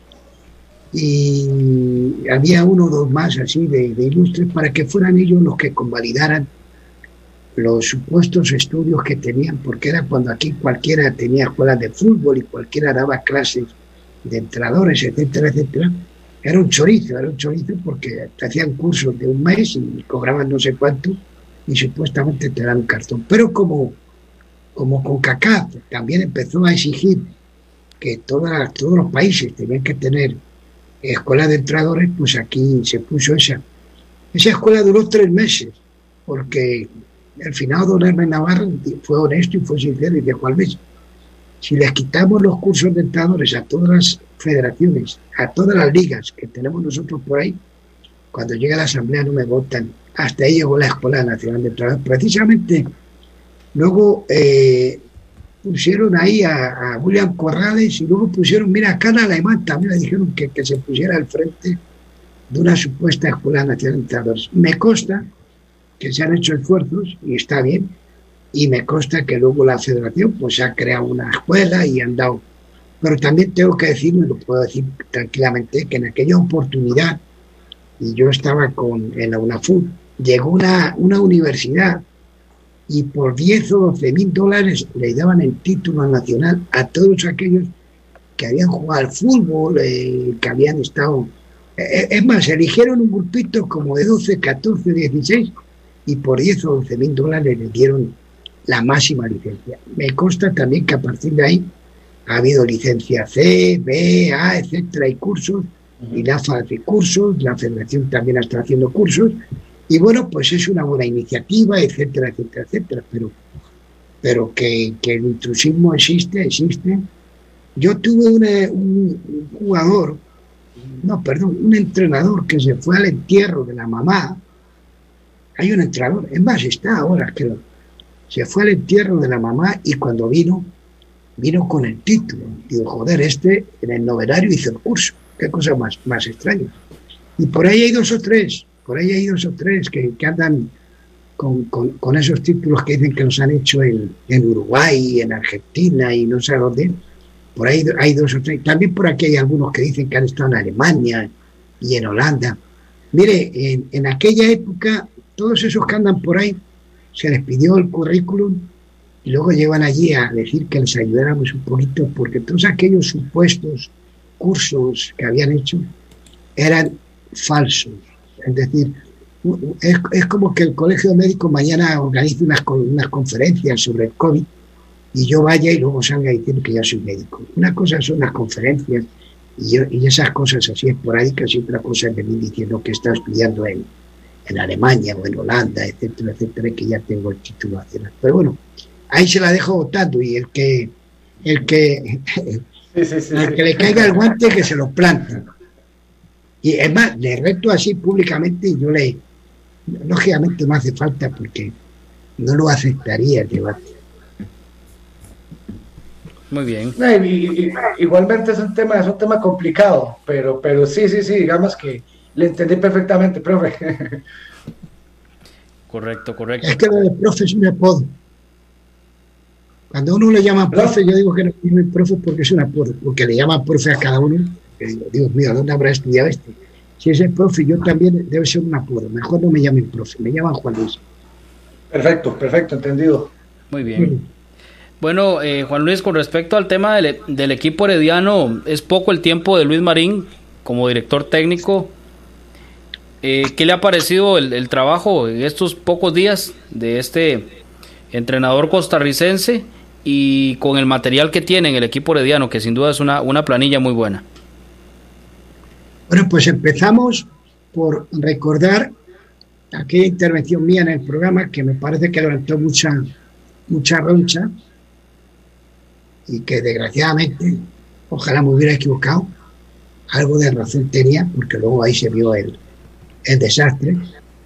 Speaker 5: y había uno o dos más así de ilustres para que fueran ellos los que convalidaran los supuestos estudios que tenían, porque era cuando aquí cualquiera tenía escuelas de fútbol y cualquiera daba clases de entrenadores, etcétera, etcétera. Era un chorizo porque te hacían cursos de un mes y cobraban no sé cuánto y supuestamente te dan un cartón. Pero como CONCACAF también empezó a exigir que todos los países tenían que tener escuelas de entrenadores, pues aquí se puso esa. Esa escuela duró 3 meses, porque el finado don Hermes Navarro fue honesto y fue sincero y dijo: al mes, si les quitamos los cursos de entrenadores a todas las federaciones, a todas las ligas que tenemos nosotros por ahí, cuando llegue a la asamblea no me votan. Hasta ahí llegó la Escuela Nacional de Entrenadores. Precisamente luego pusieron ahí a William Corrales, y luego pusieron, mira, acá en Alemán también le dijeron que se pusiera al frente de una supuesta Escuela Nacional de Entrenadores. Me consta que se han hecho esfuerzos y está bien, y me consta que luego la federación pues ha creado una escuela y han dado, pero también tengo que decirlo, y lo puedo decir tranquilamente, que en aquella oportunidad, y yo estaba en la UNAFUT, llegó una universidad y por 10 o 12 mil dólares le daban el título nacional a todos aquellos que habían jugado al fútbol, que habían estado. Es más, eligieron un grupito como de 12, 14, 16 y por 10 o 12 mil dólares le dieron la máxima licencia. Me consta también que a partir de ahí ha habido licencia C, B, A, etcétera, y cursos, y la AFA hace cursos, la Federación también está haciendo cursos, y bueno, pues es una buena iniciativa, etcétera, etcétera, etcétera, pero que el intrusismo existe. Yo tuve un entrenador que se fue al entierro de la mamá. Hay un entrenador, es más, está ahora, que se fue al entierro de la mamá y cuando vino con el título. Digo, joder, en el novenario hizo el curso. Qué cosa más extraña. Y por ahí hay dos o tres que andan con esos títulos que dicen que los han hecho en Uruguay, en Argentina y no sé dónde. Por ahí hay 2 o 3. También por aquí hay algunos que dicen que han estado en Alemania y en Holanda. Mire, en aquella época, todos esos que andan por ahí, se les pidió el currículum y luego llevan allí a decir que les ayudáramos un poquito, porque todos aquellos supuestos cursos que habían hecho eran falsos. Es decir, es como que el Colegio de Médicos mañana organice unas conferencias sobre el COVID y yo vaya y luego salga diciendo que ya soy médico. Una cosa son las conferencias y esas cosas así esporádicas, y otra cosa es venir diciendo que está estudiando en Alemania o en Holanda, etcétera, etcétera, que ya tengo el título nacional. Pero bueno, ahí se la dejo votando, y el que al que le caiga el guante, que se lo plante. Y es más, le reto así públicamente, y yo lógicamente no hace falta, porque no lo aceptaría el debate.
Speaker 2: Muy bien.
Speaker 4: Igualmente es un tema complicado, pero sí, digamos que le entendí perfectamente, profe.
Speaker 2: Correcto.
Speaker 5: Es que lo de profe es un apodo. Cuando uno le llama profe, yo digo que no es profe porque es un apodo, porque le llaman profe a cada uno. Dios mío, ¿dónde habrá estudiado este? Si ese es profe, yo también, debe ser un apodo. Mejor no me llamen profe, me llaman Juan Luis.
Speaker 4: Perfecto, entendido.
Speaker 2: Muy bien. Bueno, Juan Luis, con respecto al tema del equipo herediano, es poco el tiempo de Luis Marín como director técnico. ¿Qué le ha parecido el trabajo en estos pocos días de este entrenador costarricense y con el material que tiene en el equipo herediano, que sin duda es una planilla muy buena?
Speaker 5: Bueno, pues empezamos por recordar aquella intervención mía en el programa, que me parece que levantó mucha roncha, y que desgraciadamente, ojalá me hubiera equivocado, algo de razón tenía, porque luego ahí se vio el desastre.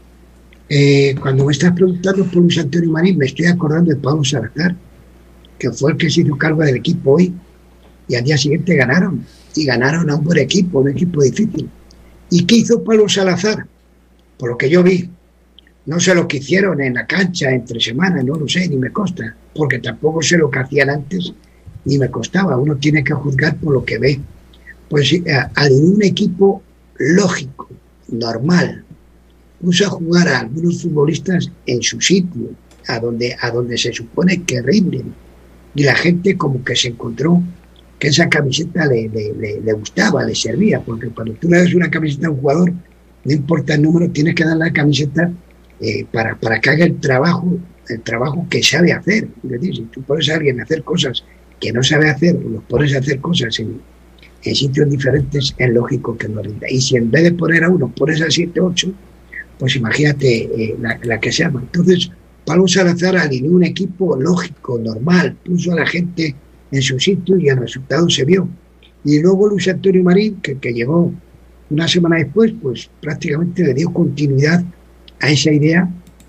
Speaker 5: Cuando me estás preguntando por Luis Antonio Marín, me estoy acordando de Pablo Salazar, que fue el que se hizo cargo del equipo hoy, y al día siguiente ganaron a un buen equipo, un equipo difícil. ¿Y qué hizo Pablo Salazar? Por lo que yo vi, no sé lo que hicieron en la cancha entre semanas, no lo sé, ni me consta, porque tampoco sé lo que hacían antes, ni me costaba. Uno tiene que juzgar por lo que ve. Pues alineó un equipo lógico, normal, puso a jugar a algunos futbolistas en su sitio, a donde se supone que rinden, y la gente como que se encontró que esa camiseta le gustaba, le servía, porque cuando tú le das una camiseta a un jugador, no importa el número, tienes que darle la camiseta para que haga el trabajo que sabe hacer. Es decir, si tú pones a alguien a hacer cosas que no sabe hacer, o los pones a hacer cosas en sitios diferentes, es lógico que no rinda. Y si en vez de poner a uno, pones a 7, 8, pues imagínate la que se llama. Entonces, Pablo Salazar alineó un equipo lógico, normal, puso a la gente en su sitio y el resultado se vio. Y luego Luis Antonio Marín, que llegó una semana después, pues prácticamente le dio continuidad a esa idea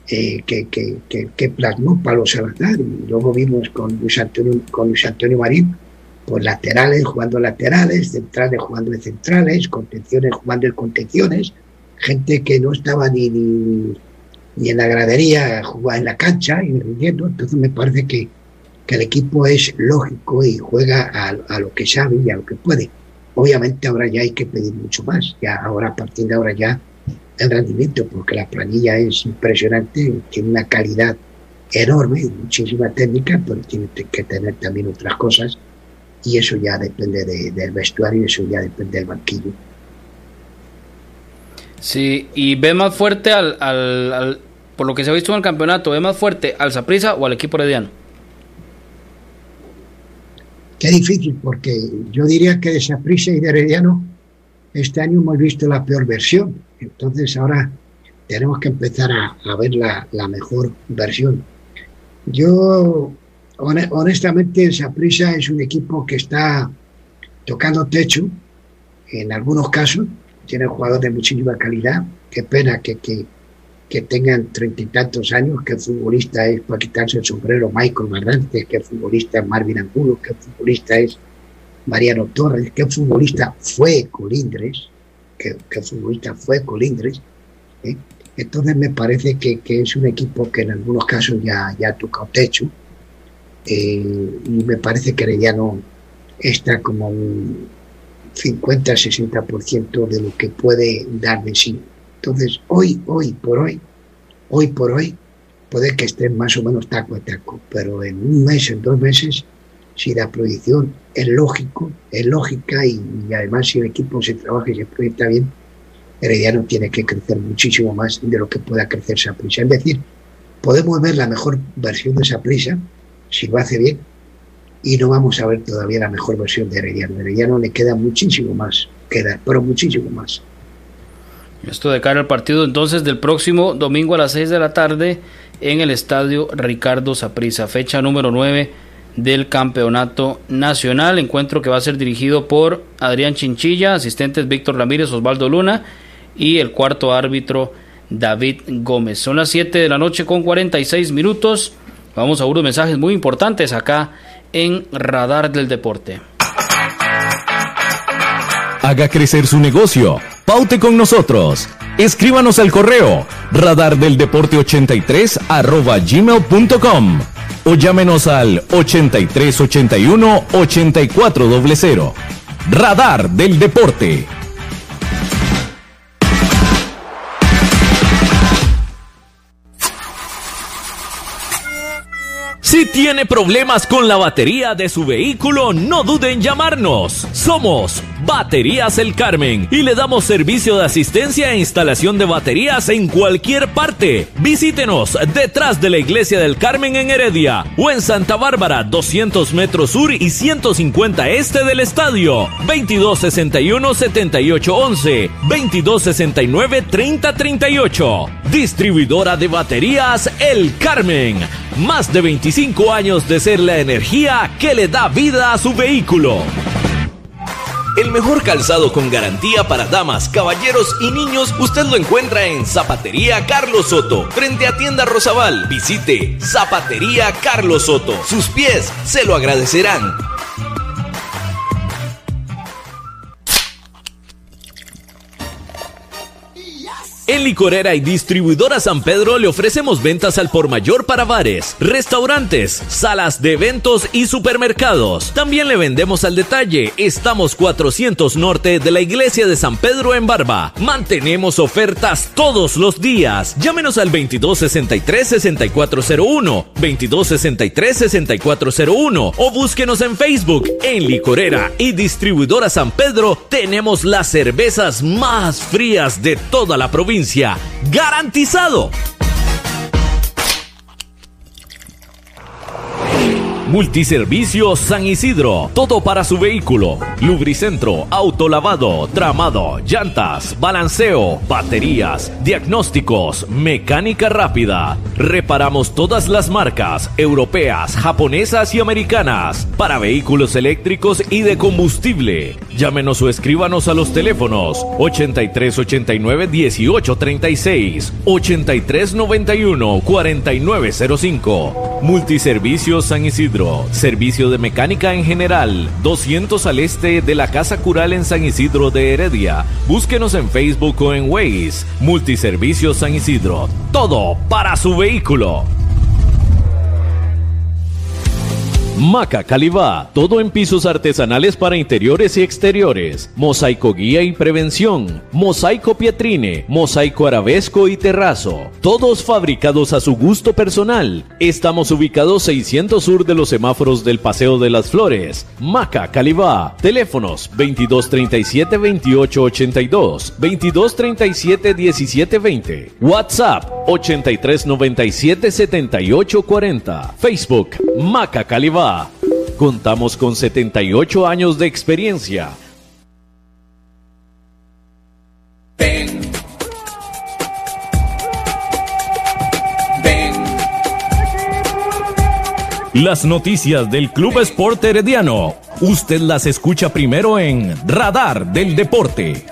Speaker 5: que plasmó Pablo Salazar. Y luego vimos con Luis Antonio Marín, pues laterales jugando laterales, centrales jugando de centrales, contenciones jugando de contenciones, gente que no estaba ni en la gradería, jugaba en la cancha y rindiendo. Entonces me parece que el equipo es lógico y juega a lo que sabe y a lo que puede. Obviamente ahora ya hay que pedir mucho más, a partir de ahora ya el rendimiento, porque la planilla es impresionante, tiene una calidad enorme, muchísima técnica, pero tiene que tener también otras cosas, y eso ya depende del vestuario, eso ya depende del banquillo.
Speaker 2: Sí, y ve más fuerte por lo que se ha visto en el campeonato, ve más fuerte al Saprissa o al equipo herediano.
Speaker 5: Qué difícil, porque yo diría que de Saprissa y de Herediano este año hemos visto la peor versión. Entonces ahora tenemos que empezar a ver la mejor versión. Yo, honestamente, el Saprissa es un equipo que está tocando techo en algunos casos. Tiene jugadores de muchísima calidad. Qué pena que tengan 30 y tantos años. Qué futbolista es, para quitarse el sombrero, Michael Marrantes. Qué futbolista es Marvin Angulo. Qué futbolista es Mariano Torres. Qué futbolista fue Colindres. Qué futbolista fue Colindres. Entonces me parece que es un equipo que en algunos casos ya ha tocado techo. Y me parece que Herediano está como un 50-60% de lo que puede dar de sí. Entonces, hoy por hoy, puede que estén más o menos taco a taco, pero en un mes, en 2 meses, si la proyección es lógica y además si el equipo se trabaja y se proyecta bien, Herediano tiene que crecer muchísimo más de lo que pueda crecer Saprissa. Es decir, podemos ver la mejor versión de Saprissa si lo hace bien, y no vamos a ver todavía la mejor versión de Herediano. Herediano le queda muchísimo más, pero muchísimo más.
Speaker 2: Esto de cara al partido entonces del próximo domingo a las 6 de la tarde en el estadio Ricardo Saprissa, fecha número 9 del campeonato nacional, encuentro que va a ser dirigido por Adrián Chinchilla, asistentes Víctor Ramírez, Osvaldo Luna y el cuarto árbitro David Gómez. Son las 7 de la noche con 46 minutos. Vamos a unos mensajes muy importantes acá en Radar del Deporte.
Speaker 1: Haga crecer su negocio. Paute con nosotros. Escríbanos al correo radardeldeporte83@gmail.com o llámenos al 8381-8400. Radar del Deporte. Si tiene problemas con la batería de su vehículo, no dude en llamarnos. Somos Baterías El Carmen y le damos servicio de asistencia e instalación de baterías en cualquier parte. Visítenos detrás de la Iglesia del Carmen en Heredia o en Santa Bárbara, 200 metros sur y 150 este del estadio. 2261-7811, 2269-3038. Distribuidora de baterías El Carmen. Más de 25 años de ser la energía que le da vida a su vehículo. El mejor calzado con garantía para damas, caballeros y niños usted lo encuentra en Zapatería Carlos Soto, frente a Tienda Rosabal. Visite Zapatería Carlos Soto. Sus pies se lo agradecerán. En Licorera y Distribuidora San Pedro le ofrecemos ventas al por mayor para bares, restaurantes, salas de eventos y supermercados. También le vendemos al detalle. Estamos 400 norte de la Iglesia de San Pedro en Barba. Mantenemos ofertas todos los días. Llámenos al 2263-6401, 2263-6401 o búsquenos en Facebook. En Licorera y Distribuidora San Pedro tenemos las cervezas más frías de toda la provincia. ¡Garantizado! Multiservicios San Isidro, todo para su vehículo: lubricentro, autolavado, tramado, llantas, balanceo, baterías, diagnósticos, mecánica rápida. Reparamos todas las marcas europeas, japonesas y americanas para vehículos eléctricos y de combustible. Llámenos o escríbanos a los teléfonos 8389-1836, 8391-4905. Multiservicios San Isidro. Servicio de mecánica en general, 200 al este de la Casa Cural en San Isidro de Heredia. Búsquenos en Facebook o en Waze. Multiservicios San Isidro. Todo para su vehículo. Maca Calibá, todo en pisos artesanales para interiores y exteriores, mosaico guía y prevención, mosaico pietrine, mosaico arabesco y terrazo, todos fabricados a su gusto personal. Estamos ubicados 600 sur de los semáforos del Paseo de las Flores. Maca Calibá, teléfonos 2237-2882, 2237-1720, WhatsApp 8397-7840, Facebook Maca Calibá. Contamos con 78 años de experiencia.
Speaker 7: Ven. Ven.
Speaker 1: Las noticias del Club Sport Herediano, usted las escucha primero en Radar del Deporte.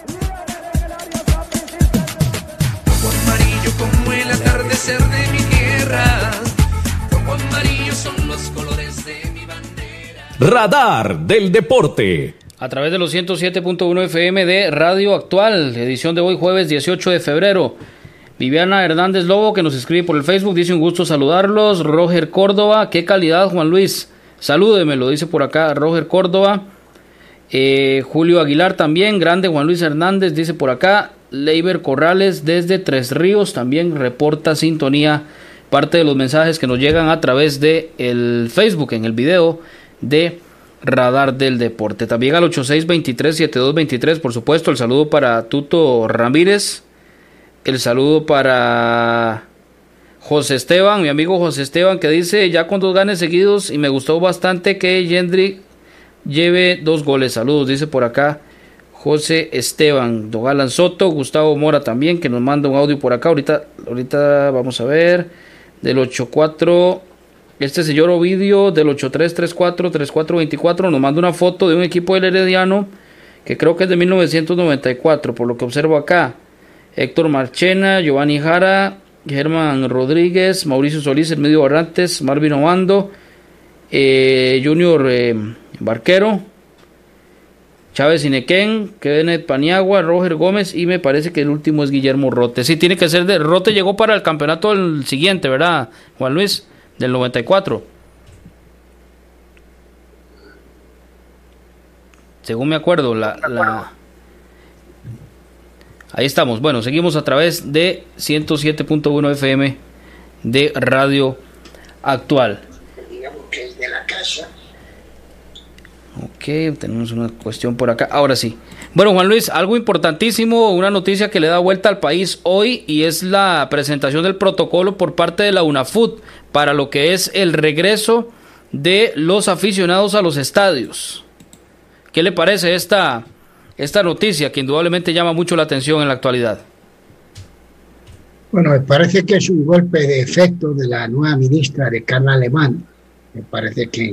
Speaker 7: Rojo amarillo como el atardecer de mi tierra. Rojo amarillo son los colores de mi bandera.
Speaker 1: Radar del Deporte.
Speaker 2: A través de los 107.1 FM de Radio Actual, edición de hoy jueves 18 de febrero. Viviana Hernández Lobo, que nos escribe por el Facebook, dice: un gusto saludarlos. Roger Córdoba, qué calidad, Juan Luis. Salúdeme, lo dice por acá Roger Córdoba. Julio Aguilar también, grande Juan Luis Hernández, dice por acá. Leiber Corrales desde Tres Ríos también reporta sintonía. Parte de los mensajes que nos llegan a través de el Facebook, en el video de Radar del Deporte. También al 8623-7223, por supuesto, el saludo para Tuto Ramírez. El saludo para José Esteban, mi amigo José Esteban, que dice: ya con 2 ganes seguidos y me gustó bastante que Jendrik lleve 2 goles. Saludos, dice por acá José Esteban. Don Alan Soto, Gustavo Mora también, que nos manda un audio por acá. Ahorita vamos a ver. del 84, este señor Ovidio del 8334-3424 nos manda una foto de un equipo del Herediano que creo que es de 1994, por lo que observo acá. Héctor Marchena, Giovanni Jara, Germán Rodríguez, Mauricio Solís, el medio Barrantes, Marvin Obando, Junior Barquero, Chávez Inequén, Kenneth Paniagua, Roger Gómez y me parece que el último es Guillermo Rote. Sí, tiene que ser de Rote, llegó para el campeonato el siguiente, ¿verdad, Juan Luis? Del 94. Según me acuerdo, ahí estamos. Bueno, seguimos a través de 107.1 FM de Radio Actual.
Speaker 5: Digamos que es de la casa.
Speaker 2: Ok, tenemos una cuestión por acá. Ahora sí. Bueno, Juan Luis, algo importantísimo, una noticia que le da vuelta al país hoy y es la presentación del protocolo por parte de la UNAFUT para lo que es el regreso de los aficionados a los estadios. ¿Qué le parece esta noticia que indudablemente llama mucho la atención en la actualidad?
Speaker 5: Bueno, me parece que es un golpe de efecto de la nueva ministra de Carla Alemán. Me parece que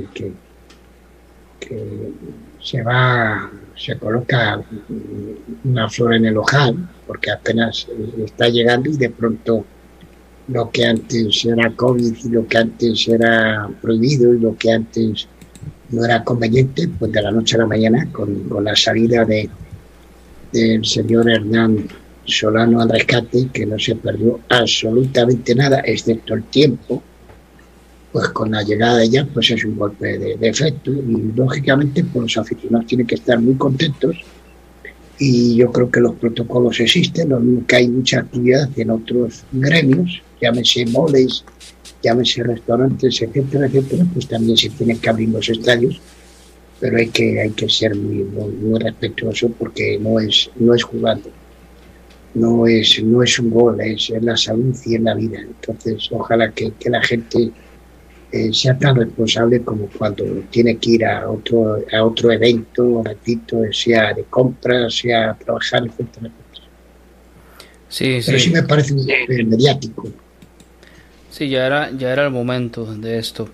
Speaker 5: se coloca una flor en el ojal, porque apenas está llegando y de pronto lo que antes era COVID y lo que antes era prohibido y lo que antes no era conveniente, pues de la noche a la mañana, con la salida del señor Hernán Solano al rescate, que no se perdió absolutamente nada, excepto el tiempo, pues con la llegada de ella, pues es un golpe de efecto y lógicamente pues los aficionados tienen que estar muy contentos y yo creo que los protocolos existen, lo mismo que hay mucha actividad en otros gremios, llámese moles, llámese restaurantes, etcétera, pues también se tienen que abrir los estadios, pero hay que ser muy respetuoso porque no es jugando, no es un gol, es la salud y es la vida. Entonces ojalá que la gente sea tan responsable como cuando tiene que ir a otro evento, repito, sea de compras, sea a trabajar, etcétera.
Speaker 2: Sí,
Speaker 5: pero sí me parece un mediático.
Speaker 2: Sí, ya era el momento de esto.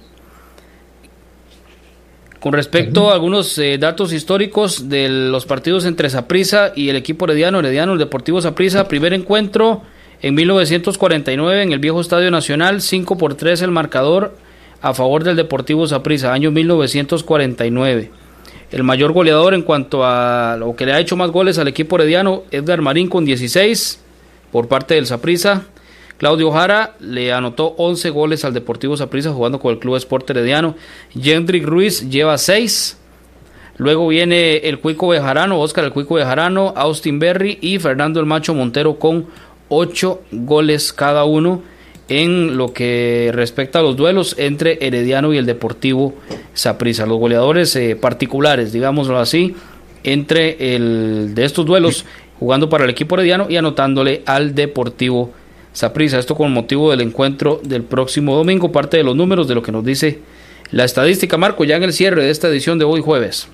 Speaker 2: Con respecto a algunos datos históricos de los partidos entre Saprissa y el equipo Herediano, el Deportivo Saprissa, primer encuentro en 1949 en el viejo Estadio Nacional, 5-3 el marcador a favor del Deportivo Saprissa, año 1949. El mayor goleador en cuanto a lo que le ha hecho más goles al equipo herediano, Edgar Marín con 16 por parte del Saprissa. Claudio Jara le anotó 11 goles al Deportivo Saprissa jugando con el Club Sport Herediano. Jendrik Ruiz lleva 6. Luego viene el Cuico Bejarano, Óscar el Cuico Bejarano, Austin Berry y Fernando el Macho Montero con 8 goles cada uno en lo que respecta a los duelos entre Herediano y el Deportivo Saprissa. Los goleadores particulares, digámoslo así, de estos duelos, jugando para el equipo herediano y anotándole al Deportivo Saprissa. Esto con motivo del encuentro del próximo domingo, parte de los números de lo que nos dice la estadística. Marco, ya en el cierre de esta edición de hoy jueves.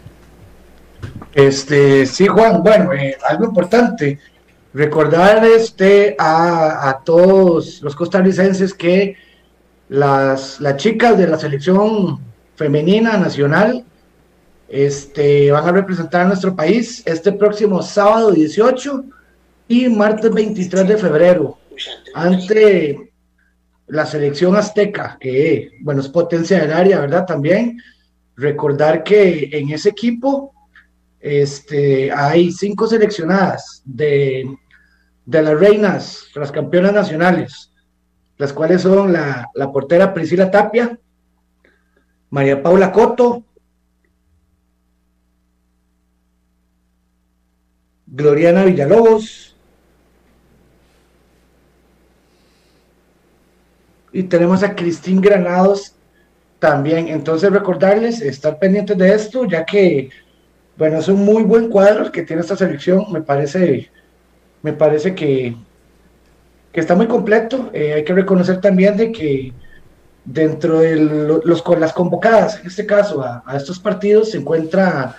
Speaker 4: Sí, Juan, bueno, algo importante, recordar a todos los costarricenses que las chicas de la selección femenina nacional van a representar a nuestro país este próximo sábado 18 y martes 23 de febrero ante la selección azteca, que bueno, es potencia del área, ¿verdad? También recordar que en ese equipo hay 5 seleccionadas de las reinas, las campeonas nacionales, las cuales son la portera Priscila Tapia, María Paula Coto, Gloriana Villalobos, y tenemos a Cristín Granados también. Entonces recordarles, estar pendientes de esto, ya que bueno, es un muy buen cuadro que tiene esta selección. Me parece que está muy completo. Hay que reconocer también de que dentro de las convocadas, en este caso a estos partidos, se encuentra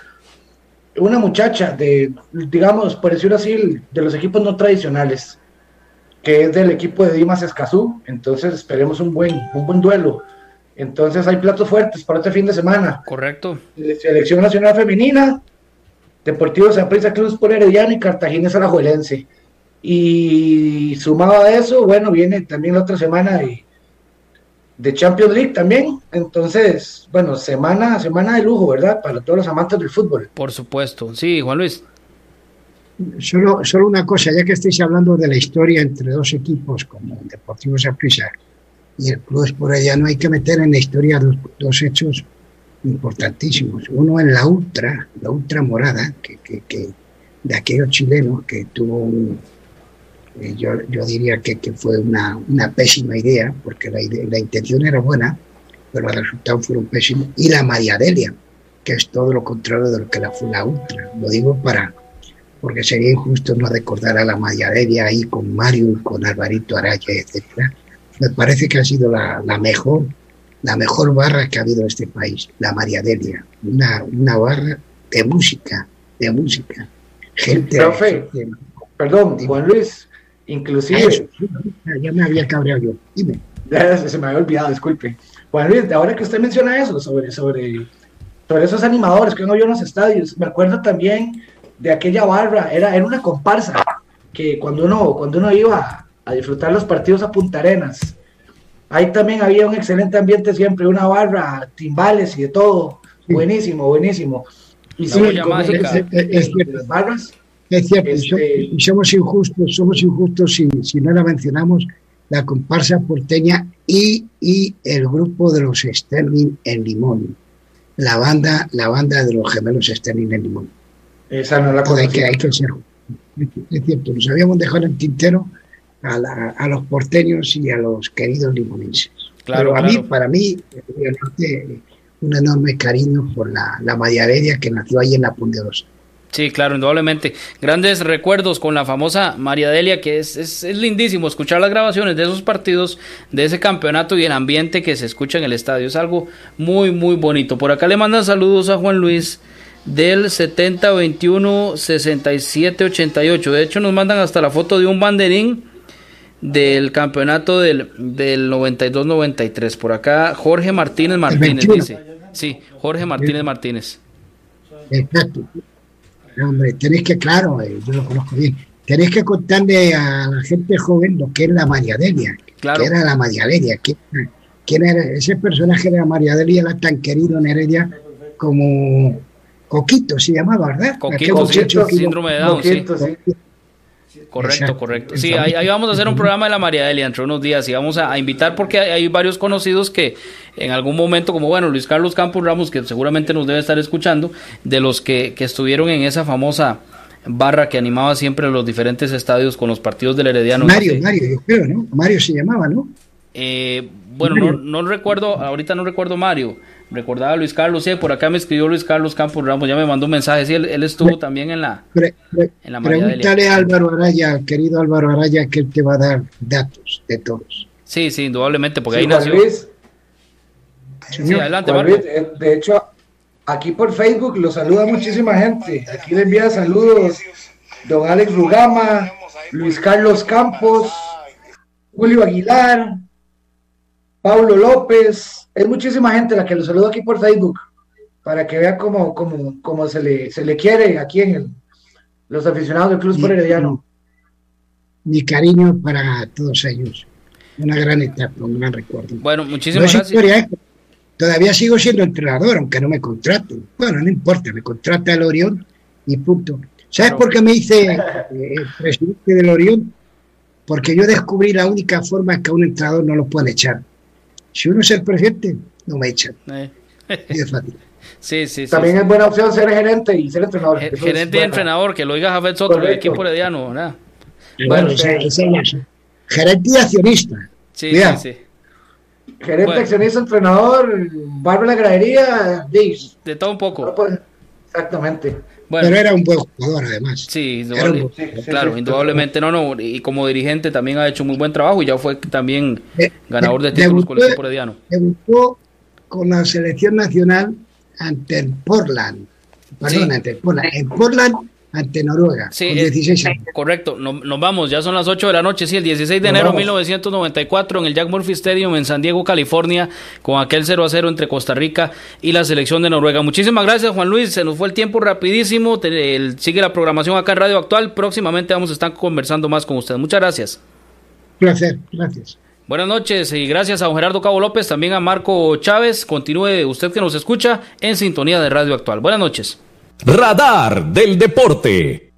Speaker 4: una muchacha digamos, por decirlo así, de los equipos no tradicionales. que es del equipo de Dimas Escazú, entonces esperemos un buen duelo. Entonces hay platos fuertes para este fin de semana.
Speaker 2: Correcto.
Speaker 4: Selección Nacional Femenina, Deportivo Saprissa Club Sport Herediano y Cartaginés Alajuelense. Y sumado a eso, bueno, viene también la otra semana de Champions League también. Entonces, bueno, semana de lujo, ¿verdad? Para todos los amantes del fútbol.
Speaker 2: Por supuesto. Sí, Juan Luis.
Speaker 5: Solo una cosa, ya que estáis hablando de la historia entre dos equipos como el Deportivo Saprissa y el Club Sport Herediano, hay que meter en la historia dos hechos importantísimos. Uno en la ultra morada, que de aquellos chilenos que tuvo yo diría que fue una pésima idea, porque la intención era buena, pero los resultados fueron pésimos. Y la María Delia, que es todo lo contrario de lo que fue la ultra. Lo digo porque sería injusto no recordar a la María Delia ahí con Mario, con Alvarito Araya, etcétera. Me parece que ha sido la mejor barra que ha habido en este país, la María Delia, una barra de música, gente.
Speaker 4: Profe, perdón, Juan Luis, inclusive.
Speaker 5: Ya me había cabreado yo, dime.
Speaker 4: Ya se me había olvidado, disculpe. Juan Luis, ahora que usted menciona eso, sobre esos animadores que uno vio en los estadios, me acuerdo también de aquella barra, era una comparsa, que cuando uno iba a disfrutar los partidos a Punta Arenas, ahí también había un excelente ambiente siempre, una barra, timbales y de todo, sí. Buenísimo. Y sí, las barras,
Speaker 5: es cierto, y somos injustos si no la mencionamos, la comparsa porteña y el grupo de los Sterling en Limón, la banda de los gemelos Sterling en Limón.
Speaker 4: Esa no la conocía.
Speaker 5: Hay que ser, es cierto, nos habíamos dejado en el tintero a los porteños y a los queridos limonenses.
Speaker 2: Claro,
Speaker 5: pero para mí, un enorme cariño por la María Delia, que nació ahí en la Ponderosa.
Speaker 2: Sí, claro, indudablemente. Grandes recuerdos con la famosa María Delia, que es lindísimo escuchar las grabaciones de esos partidos, de ese campeonato y el ambiente que se escucha en el estadio. Es algo muy, muy bonito. Por acá le mandan saludos a Juan Luis del 70-21-67-88. De hecho, nos mandan hasta la foto de un banderín del campeonato del 92-93. Por acá, Jorge Martínez dice. Sí, Jorge Martínez.
Speaker 5: Exacto. Hombre, tenéis que, claro, yo lo conozco bien, tenéis que contarle a la gente joven lo que es la María Delia, claro. Que era la María Delia, quién era ese personaje de la María Delia, era tan querido en Heredia como Coquito, se llamaba, ¿verdad?
Speaker 2: Coquito, síndrome de Down, Coquito, sí. Correcto. Sí, ahí vamos a hacer un programa de la María Delia entre unos días y vamos a invitar, porque hay varios conocidos que en algún momento, como Luis Carlos Campos Ramos, que seguramente nos debe estar escuchando, de los que estuvieron en esa famosa barra que animaba siempre los diferentes estadios con los partidos del Herediano.
Speaker 5: Mario, yo creo, ¿no? Mario se llamaba, ¿no?
Speaker 2: Bueno, no recuerdo, ahorita no recuerdo Mario, recordaba a Luis Carlos, sí, por acá me escribió Luis Carlos Campos Ramos, ya me mandó un mensaje, sí, él estuvo también en la
Speaker 5: pregúntale a Álvaro Araya, querido Álvaro Araya, que él te va a dar datos de todos.
Speaker 2: Sí, indudablemente, porque ahí
Speaker 4: Juan
Speaker 2: nació.
Speaker 4: Luis,
Speaker 2: sí, adelante,
Speaker 4: Juan Luis, de hecho, aquí por Facebook lo saluda muchísima gente, aquí le envía saludos don Alex Rugama, Luis Carlos Campos, Julio Aguilar, Pablo López, es muchísima gente la que lo saluda aquí por Facebook, para que vea cómo se le quiere aquí en los aficionados del Club Sport Herediano.
Speaker 5: Mi cariño para todos ellos, una gran etapa, un gran recuerdo.
Speaker 2: Bueno, muchísimas gracias.
Speaker 5: Historia, todavía sigo siendo entrenador, aunque no me contraten. Bueno, no importa, me contrata el Orión y punto. ¿Sabes por qué me hice presidente del Orión? Porque yo descubrí la única forma que a un entrenador no lo pueden echar. Si uno es el presidente, no me echan. Es fácil.
Speaker 2: Sí.
Speaker 4: También es buena opción ser gerente y ser entrenador.
Speaker 2: Gerente y entrenador, que lo diga Jafet Soto, el equipo herediano, ¿verdad?
Speaker 5: Bueno, gerente y accionista.
Speaker 2: Sí.
Speaker 4: Gerente, accionista, entrenador, barba en la gradería,
Speaker 2: de todo un poco.
Speaker 4: Exactamente.
Speaker 5: Bueno, pero era un buen jugador, además.
Speaker 2: Sí, indudablemente. No, y como dirigente también ha hecho muy buen trabajo y ya fue también ganador de títulos con el equipo herediano.
Speaker 5: Debutó con la selección nacional ante el Portland. En Portland ante Noruega,
Speaker 2: Sí,
Speaker 5: con 16 años.
Speaker 2: correcto. Nos vamos, ya son las 8 de la noche, sí, el 16 de enero de 1994 en el Jack Murphy Stadium en San Diego, California, con aquel 0-0 entre Costa Rica y la selección de Noruega. Muchísimas gracias, Juan Luis, se nos fue el tiempo rapidísimo. Sigue la programación acá en Radio Actual, próximamente vamos a estar conversando más con usted. Muchas gracias.
Speaker 5: Placer, gracias.
Speaker 2: Buenas noches y gracias a don Gerardo Cabo López, también a Marco Chávez. Continúe usted que nos escucha en sintonía de Radio Actual. Buenas noches.
Speaker 1: Radar del Deporte.